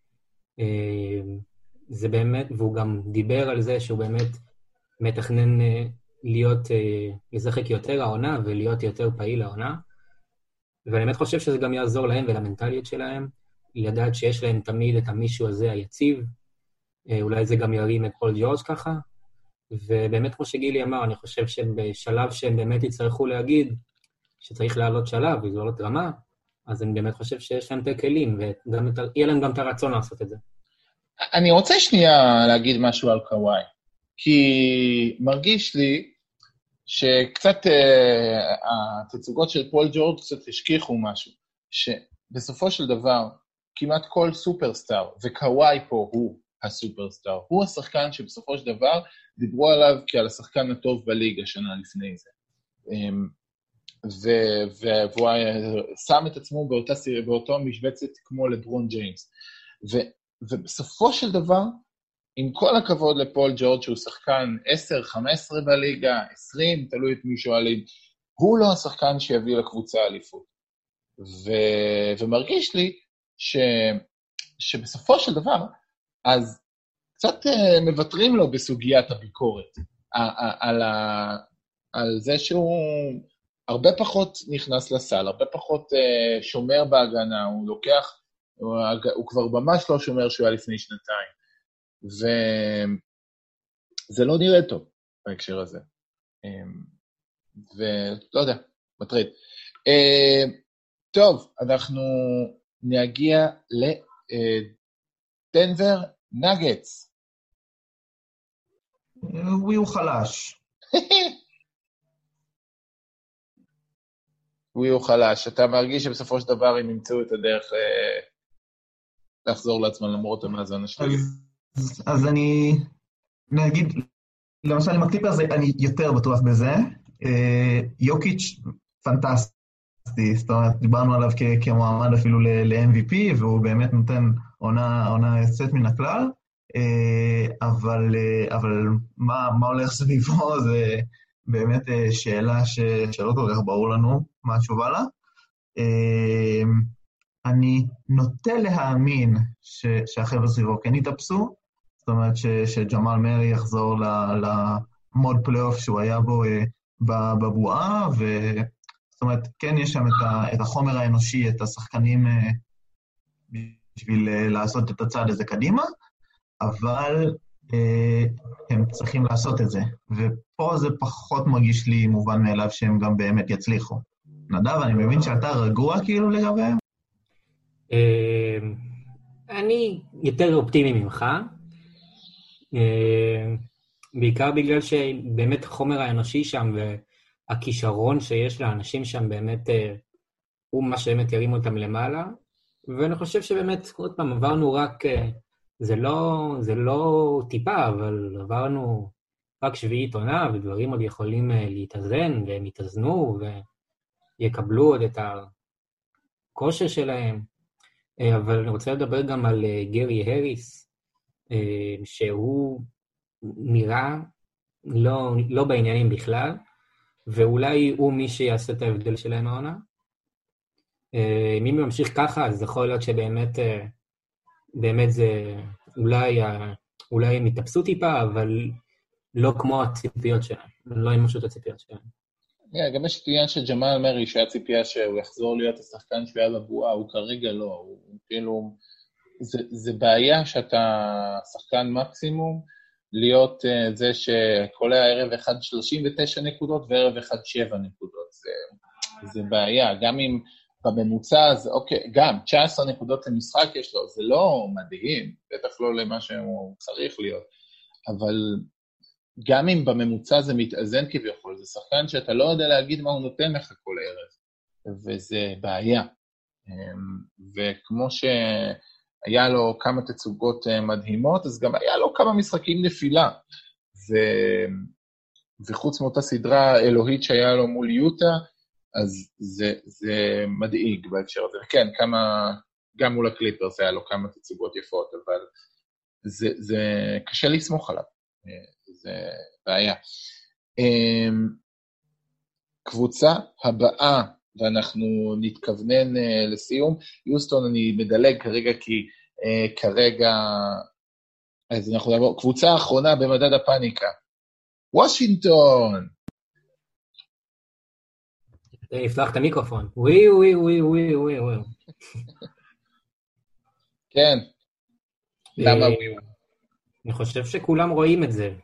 זה באמת, והוא גם דיבר על זה שהוא באמת מתכנן להיות, לשחק יותר העונה ולהיות יותר פעיל העונה, ואני באמת חושב שזה גם יעזור להם ולמנטליות שלהם, לדעת שיש להם תמיד את המישהו הזה היציב, אולי זה גם ירים את פול ג'ורג' ככה, ובאמת כמו שגילי אמר, אני חושב שבשלב שהם באמת יצטרכו להגיד שצריך לעלות שלב ולעלות רמה, אז אני באמת חושב שיש להם את הכלים, ויהיה להם גם את הרצון לעשות את זה. אני רוצה שנייה להגיד משהו על קוואי, כי מרגיש לי שקצת אה, התצוגות של פול ג'ורג' קצת השכיחו משהו, שבסופו של דבר כמעט כל סופרסטאר, וקוואי פה הוא הסופרסטאר, הוא השחקן שבסופו של דבר דיברו עליו כעל השחקן הטוב בליגה שנה לפני זה. והוא שם את עצמו באותה, באותו משבצת כמו לברון ג'יימס. ו, ובסופו של דבר, עם כל הכבוד לפול ג'ורג' שהוא שחקן עשר, חמש עשרה בליגה, עשרים, תלוי את מי שואלים, הוא לא השחקן שיביא לקבוצה אליפות. ו, ומרגיש לי ש, שבסופו של דבר, אז קצת מבטרים לו בסוגיית הביקורת, על, על זה שהוא הרבה פחות נכנס לסל, הרבה פחות שומר בהגנה, הוא לוקח, הוא, הוא כבר ממש לא שומר שהוא היה לפני שנתיים, וזה לא נראה טוב בהקשר הזה, ולא יודע, מטריד. טוב, אנחנו נגיע לדנבר נגטס. הוא יהיו חלש. הוא יהיו חלש. אתה מרגיש שבסופו של דבר הם ימצאו את הדרך אה, לחזור לעצמם למרות המאזן השלילי. אז, אז אני נגיד, למשל עם הקליפרס אני יותר בטוח בזה. אה, יוקיץ' פנטסטי, זאת אומרת, דיברנו עליו כ- כמועמד אפילו ל-אם וי פי, והוא באמת נותן עונה, עונה יוצאת מן הכלל. אבל, אבל מה, מה הולך סביבו זה באמת שאלה ש, שלא כל כך ברור לנו מה התשובה לה. אני נוטה להאמין ש, שהחבר'ה סביבו כן יתאפסו, זאת אומרת ש, שג'מאל מרי יחזור למוד פלייאוף שהוא היה בו בבועה, וזאת אומרת כן יש שם את, ה, את החומר האנושי, את השחקנים בשביל לעשות את הצעד הזה קדימה, אבל אה, הם צריכים לעשות את זה. ופה זה פחות מרגיש לי מובן מאליו שהם גם באמת יצליחו. נדב, אני מבין שאתה רגוע כאילו לגביהם? אה, אני יותר אופטימי ממך, אה, בעיקר בגלל שבאמת החומר האנושי שם והכישרון שיש לאנשים שם באמת אה, הוא מה שבאמת ירים אותם למעלה, ואני חושב שבאמת עוד פעם עברנו רק... אה, זה לא, זה לא טיפה, אבל עברנו רק שביעית עונה, ודברים עוד יכולים להתאזן, והם יתאזנו, ויקבלו עוד את הכושר שלהם. אבל אני רוצה לדבר גם על גרי הריס, שהוא נראה לא, לא בעניינים בכלל, ואולי הוא מי שיעשה את ההבדל שלהם העונה. אם הוא ממשיך ככה, אז יכול להיות שבאמת... באמת זה אולי, אולי הם יתאפסו טיפה, אבל לא כמו הציפיות שלהם, לא ימשו את הציפיות שלהם. Yeah, גם יש עניין של ג'מאל מרי, שהיה ציפייה שהוא יחזור להיות השחקן שהיה בבועה, הוא כרגע לא, הוא כאילו, זה, זה בעיה שאתה שחקן מקסימום, להיות זה שכל הערב אחד שלושים ותשע נקודות וערב אחד שבע נקודות. זה, זה בעיה, גם אם בממוצע, זה, אוקיי, גם תשע עשרה נקודות למשחק יש לו, זה לא מדהים, בטח לא למה שהוא צריך להיות, אבל גם אם בממוצע זה מתאזן כביכול, זה שחקן שאתה לא יודע להגיד מה הוא נותן לך כל הערב, וזה בעיה. וכמו שהיה לו כמה תצוגות מדהימות, אז גם היה לו כמה משחקים נפילה, ו... וחוץ מאותה סדרה אלוהית שהיה לו מול יוטה, אז זה, זה מדאיג בהקשר הזה. וכן, כמה, גם מול הקליפרס היה לו כמה תצוגות יפות, אבל זה, זה קשה לסמוך עליו. זה בעיה. קבוצה הבאה, ואנחנו נתכוונן לסיום, יוסטון אני מדלג כרגע, כי כרגע, אז אנחנו נעבור, קבוצה האחרונה במדד הפאניקה, וושינגטון. יפתח את המיקרופון. ווי, ווי, ווי, ווי, ווי, ווי. כן. למה ווי? אני חושב שכולם רואים את זה.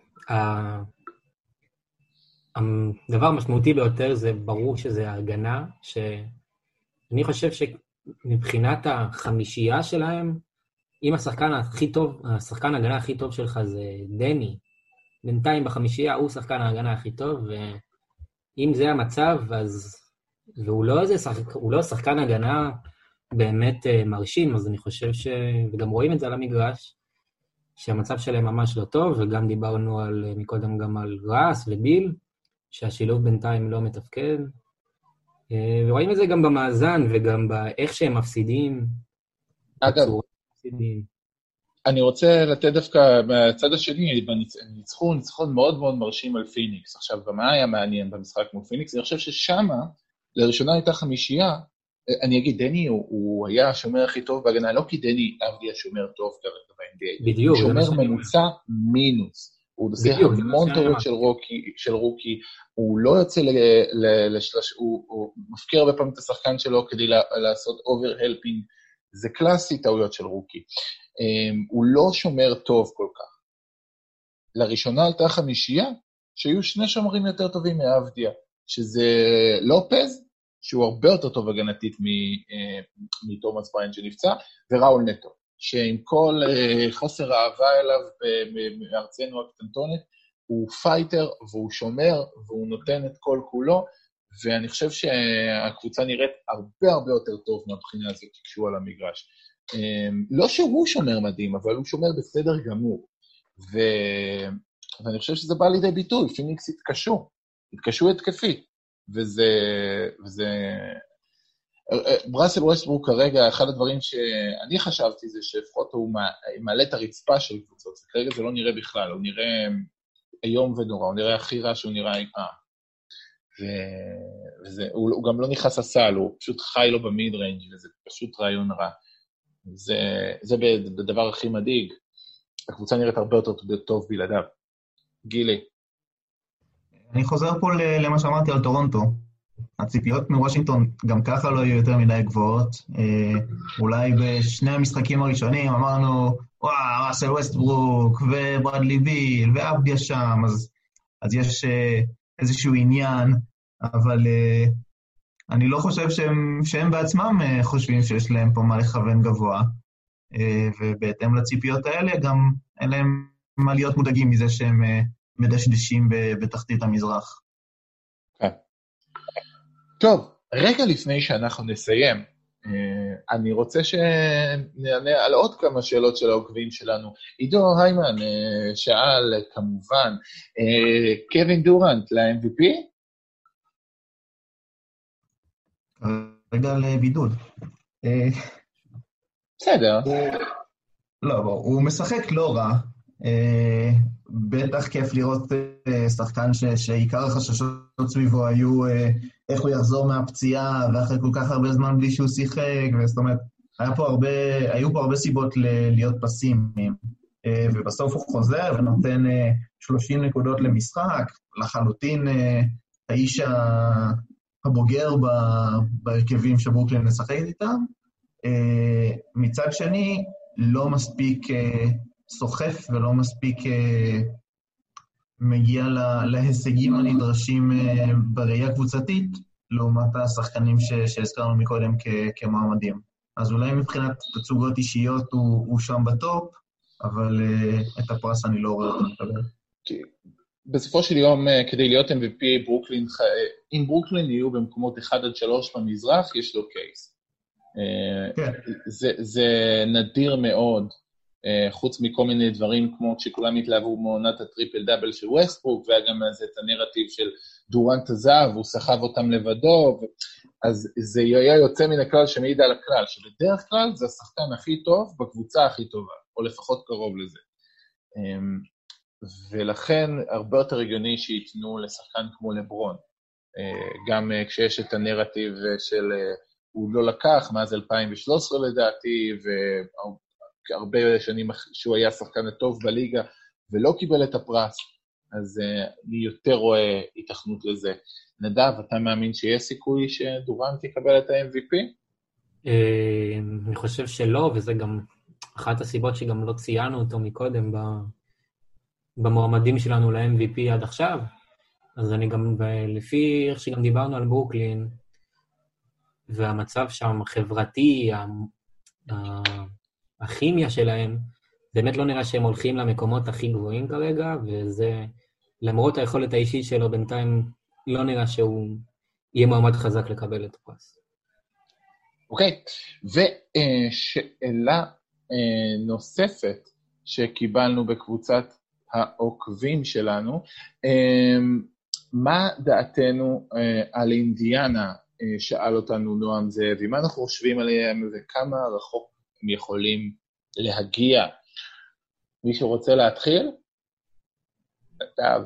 הדבר המשמעותי ביותר זה ברור שזה ההגנה, שאני חושב שמבחינת החמישייה שלהם, אם השחקן הכי טוב, השחקן ההגנה הכי טוב שלך זה דני, בינתיים בחמישייה הוא שחקן ההגנה הכי טוב, ואם זה המצב, אז, והוא לא איזה שחק, הוא לא שחקן הגנה באמת מרשים, אז אני חושב ש, וגם רואים את זה על המגרש, שהמצב שלהם ממש לא טוב, וגם דיברנו על, מקודם גם על גראס וביל, שהשילוב בינתיים לא מתפקד, ורואים את זה גם במאזן, וגם באיך שהם מפסידים. אגב, מפסידים. אני רוצה לתת דווקא מהצד השני, ניצחון, ניצחון מאוד מאוד מרשים על פיניקס. עכשיו, מה היה מעניין במשחק מול פיניקס? אני חושב ששמה, לראשונה הייתה חמישייה, אני אגיד, דני הוא, הוא היה השומר הכי טוב בהגנה, לא כי דני אבדי השומר טוב כרגע ב-אן בי איי. בדיוק. הוא שומר ממוצע מינוס. הוא עושה המון טובות של, של רוקי, הוא לא יוצא לשלש, הוא, הוא מפקיר הרבה פעמים את השחקן שלו כדי לעשות אובר-הלפינג, זה קלאסי טעויות של רוקי. Um, הוא לא שומר טוב כל כך. לראשונה עלתה חמישייה, שהיו שני שומרים יותר טובים מאבדיה, שזה לופז, שהוא הרבה יותר טוב הגנתית מתומאס בריין שנפצע, וראול נטו, שעם כל uh, חוסר אהבה אליו מארצנו הקטנטונת, הוא פייטר והוא שומר, והוא נותן את כל כולו, ואני חושב שהקבוצה נראית הרבה הרבה יותר טוב מהבחינה הזאת כשהוא על המגרש. לא שהוא שומר מדהים, אבל הוא שומר בסדר גמור. ו... ואני חושב שזה בא לידי ביטוי, פיניקס התקשו, התקשו התקפית, וזה... וזה... בראסל ווסטברוק כרגע, אחד הדברים שאני חשבתי זה שלפחות הוא מעלה את הרצפה של קבוצות, כרגע זה לא נראה בכלל, הוא נראה היום ונורא, הוא נראה הכי רע שהוא נראה אי פעם. וזה, הוא, הוא גם לא נכנס לסל, הוא פשוט חי לו במיד ריינג' וזה פשוט רעיון רע. זה, זה בדבר הכי מדאיג. הקבוצה נראית הרבה יותר טוב בלעדיו. גילי. אני חוזר פה למה שאמרתי על טורונטו. הציפיות מוושינגטון גם ככה לא היו יותר מדי גבוהות. אולי בשני המשחקים הראשונים אמרנו, וואו, ראסל ווסטברוק וברדלי ביל ואבדיה שם, אז, אז יש איזשהו עניין, אבל uh, אני לא חושב שהם, שהם בעצמם uh, חושבים שיש להם פה מה לכוון גבוה, uh, ובהתאם לציפיות האלה גם אין להם מה להיות מודאגים מזה שהם uh, מדשדשים בתחתית המזרח. כן. טוב, רגע לפני שאנחנו נסיים, uh, אני רוצה שנענה על עוד כמה שאלות של העוקבים שלנו. עידו היימן uh, שאל כמובן, uh, קווין דורנט ל-אם וי פי? רגע לבידוד. בסדר. לא, הוא משחק לא רע. בטח כיף לראות שחקן שעיקר החששות סביבו היו איך הוא יחזור מהפציעה, ואחרי כל כך הרבה זמן בלי שהוא שיחק, זאת אומרת, היה פה הרבה, היו פה הרבה סיבות להיות פסימיים, ובסוף הוא חוזר ונותן שלושים נקודות למשחק, לחלוטין האיש הבוגר בהרכבים שברוקלין נשחק איתם. מצד שני, לא מספיק סוחף ולא מספיק מגיע להישגים הנדרשים בראייה קבוצתית, לעומת השחקנים שהזכרנו מקודם כמעמדים. אז אולי מבחינת תצוגות אישיות הוא, הוא שם בטופ, אבל את הפרס אני לא רואה אותו מקבל. בסופו של יום, כדי להיות אם וי פי ברוקלין, אם ברוקלין יהיו במקומות אחד עד שלוש במזרח, יש לו קייס. כן. זה, זה נדיר מאוד, חוץ מכל מיני דברים, כמו כשכולם התלהבו מעונת הטריפל דאבל של ווסטברוק, והיה גם אז את הנרטיב של דורנט הזהב, הוא סחב אותם לבדו, אז זה היה יוצא מן הכלל שמעיד על הכלל, שבדרך כלל זה השחקן הכי טוב בקבוצה הכי טובה, או לפחות קרוב לזה. ולכן הרבה יותר הגיוני שיתנו לשחקן כמו לברון, גם כשיש את הנרטיב של הוא לא לקח, מאז אלפיים ושלוש עשרה לדעתי, והרבה שנים שהוא היה השחקן הטוב בליגה, ולא קיבל את הפרס, אז אני יותר רואה התכנות לזה. נדב, אתה מאמין שיש סיכוי שדורנט יקבל את ה-אם וי פי? אני חושב שלא, וזה גם אחת הסיבות שגם לא ציינו אותו מקודם במועמדים שלנו ל-אם וי פי עד עכשיו. אז אני גם, לפי איך שגם דיברנו על ברוקלין, והמצב שם חברתי, הכימיה שלהם, באמת לא נראה שהם הולכים למקומות הכי גבוהים כרגע, וזה, למרות היכולת האישית שלו, בינתיים לא נראה שהוא יהיה מועמד חזק לקבל את הפרס. אוקיי, ושאלה נוספת שקיבלנו בקבוצת העוקבים שלנו, מה דעתנו על אינדיאנה, שאל אותנו נועם זאבי, מה אנחנו חושבים עליהם וכמה רחוק הם יכולים להגיע? מישהו רוצה להתחיל? נדב.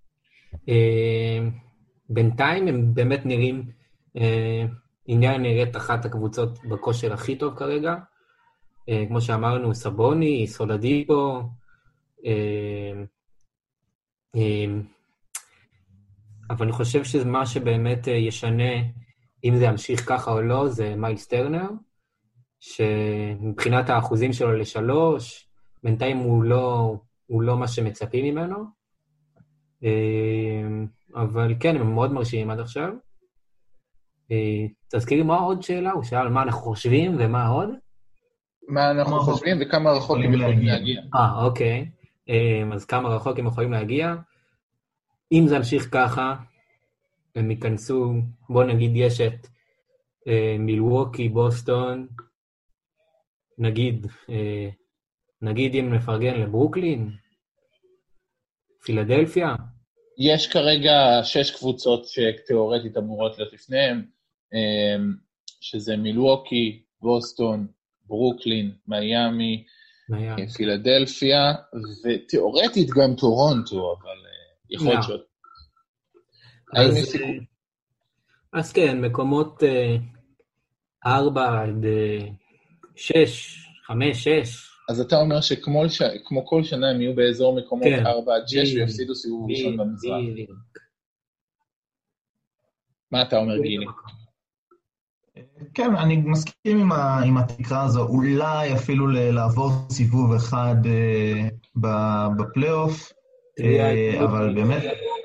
בינתיים הם באמת נראים, אינדיאנה נראית אחת הקבוצות בכושר הכי טוב כרגע, כמו שאמרנו, סבוני, סולדיפו, אבל אני חושב שמה שבאמת ישנה, אם זה ימשיך ככה או לא, זה מיילס טרנר, שמבחינת האחוזים שלו לשלוש, בינתיים הוא לא, הוא לא מה שמצפים ממנו, אבל כן, הם מאוד מרשימים עד עכשיו. תזכירי מה עוד שאלה? הוא שאל מה אנחנו חושבים ומה עוד? מה אנחנו חושבים וכמה רחוק הם יכולים להגיע. אה, אוקיי. אז כמה רחוק הם יכולים להגיע. אם זה ימשיך ככה, הם ייכנסו, בוא נגיד יש את מילווקי, בוסטון, נגיד, נגיד אם נפרגן לברוקלין, פילדלפיה. יש כרגע שש קבוצות שתיאורטית אמורות להיות לפניהם, שזה מילווקי, בוסטון, ברוקלין, מיימי, פילדלפיה, ותיאורטית גם טורונטו, אבל יכול להיות שעוד. אז, אז כן, מקומות ארבע עד שש, חמש, שש. אז אתה אומר שכמו ש... כמו כל שנה הם יהיו באזור מקומות כן. ארבע עד שש ויפסידו סיבוב ראשון במזרח. מה אתה אומר, גילי? כן, אני מסכים עם, ה... עם התקרה הזו, אולי אפילו לעבור סיבוב אחד בפלייאוף, אבל באמת...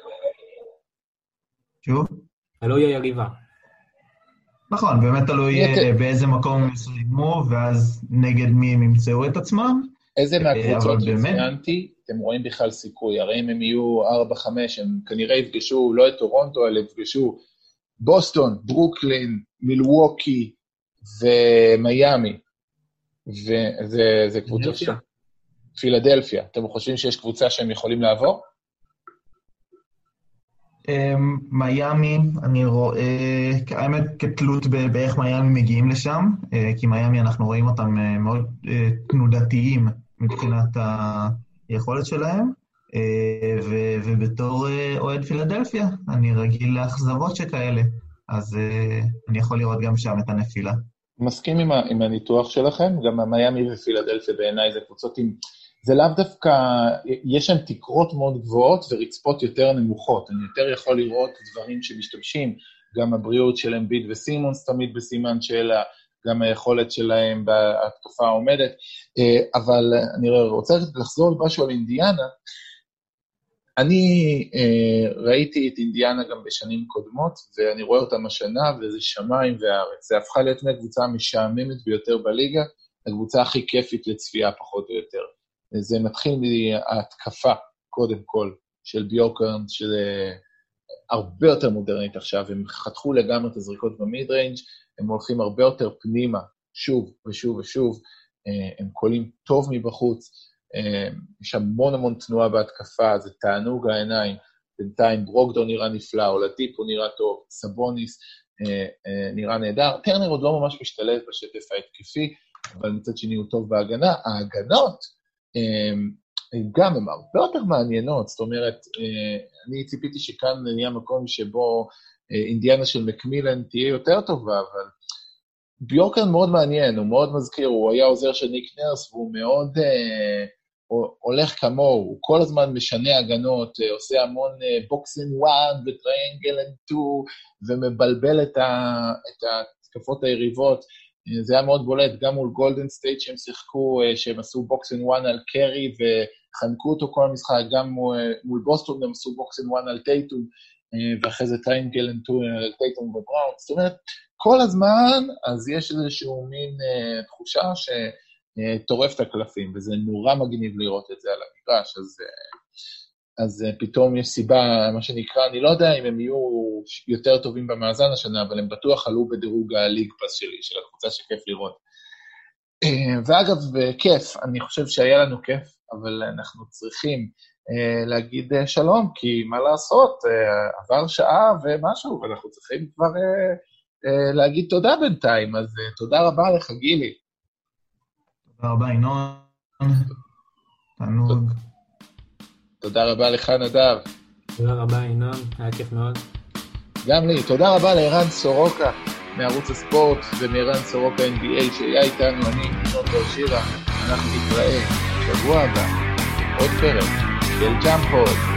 שוב? תלוי היריבה. נכון, באמת תלוי באיזה מקום הם יסיימו, ואז נגד מי הם ימצאו את עצמם. איזה מהקבוצות שציינתי, אתם רואים בכלל סיכוי, הרי אם הם יהיו ארבע חמש, הם כנראה יפגשו לא את טורונטו, אלא יפגשו בוסטון, ברוקלין, מילווקי ומיימי, וזה קבוצות שם. פילדלפיה. אתם חושבים שיש קבוצה שהם יכולים לעבור? מיימי, אני רואה, האמת כתלות באיך מיימי מגיעים לשם, כי מיימי אנחנו רואים אותם מאוד תנודתיים מבחינת היכולת שלהם, ובתור אוהד פילדלפיה, אני רגיל לאכזבות שכאלה, אז אני יכול לראות גם שם את הנפילה. מסכים עם, עם הניתוח שלכם, גם מיימי ופילדלפיה בעיניי זה קבוצות עם... זה לאו דווקא, יש שם תקרות מאוד גבוהות ורצפות יותר נמוכות. אני יותר יכול לראות דברים שמשתמשים, גם הבריאות של אמביד וסימונס תמיד בסימן שאלה, גם היכולת שלהם בהתקפה העומדת. אבל אני רוצה לחזור למשהו על אינדיאנה. אני אה, ראיתי את אינדיאנה גם בשנים קודמות, ואני רואה אותם השנה, וזה שמיים וארץ. זה הפכה להיות מהקבוצה המשעממת ביותר בליגה, הקבוצה הכי כיפית לצפייה פחות או יותר. זה מתחיל מההתקפה, קודם כל, של ביוקרן, של הרבה יותר מודרנית עכשיו, הם חתכו לגמרי את הזריקות במיד ריינג', הם הולכים הרבה יותר פנימה, שוב ושוב ושוב, הם קולים טוב מבחוץ, יש המון המון תנועה בהתקפה, זה תענוג העיניים, בינתיים ברוקדו נראה נפלא, אולדיפו נראה טוב, סבוניס נראה נהדר, טרנר עוד לא ממש משתלט בשטף ההתקפי, אבל מצד שני הוא טוב בהגנה, ההגנות, גם הן הרבה יותר מעניינות, זאת אומרת, אני ציפיתי שכאן נהיה מקום שבו אינדיאנה של מקמילן תהיה יותר טובה, אבל ביוקרן מאוד מעניין, הוא מאוד מזכיר, הוא היה עוזר של ניק נרס, והוא מאוד הוא הולך כמוהו, הוא כל הזמן משנה הגנות, עושה המון בוקסין וואן וטריינגל אנד טו, ומבלבל את התקפות היריבות, זה היה מאוד בולט, גם מול גולדן סטייט שהם שיחקו, שהם עשו בוקסין וואן על קרי, וחנקו אותו כל המשחק, גם מול בוסטון הם עשו בוקסין וואן על טייטום, ואחרי זה טריינגל אנד טו על טייטום ובראון, זאת אומרת, כל הזמן, אז יש איזשהו מין תחושה שטורף את הקלפים, וזה נורא מגניב לראות את זה על המגרש, אז, אז פתאום יש סיבה, מה שנקרא, אני לא יודע אם הם יהיו יותר טובים במאזן השנה, אבל הם בטוח עלו בדירוג הליג פס שלי, של הקבוצה שכיף לראות. ואגב, כיף, אני חושב שהיה לנו כיף, אבל אנחנו צריכים להגיד שלום, כי מה לעשות, עבר שעה ומשהו, ואנחנו צריכים כבר להגיד תודה בינתיים, אז תודה רבה לך, גילי. תודה רבה, ינון. תענוג. תודה רבה לך, נדב. תודה רבה, ינון, היה כיף מאוד. גם לי, תודה רבה לערן סורוקה, מערוץ הספורט, ומערן סורוקה אן בי איי שהיה איתנו, אני, ינון ברשירה, אנחנו נתראה שבוע הבא, עוד פרק של ג'אמפ פוד.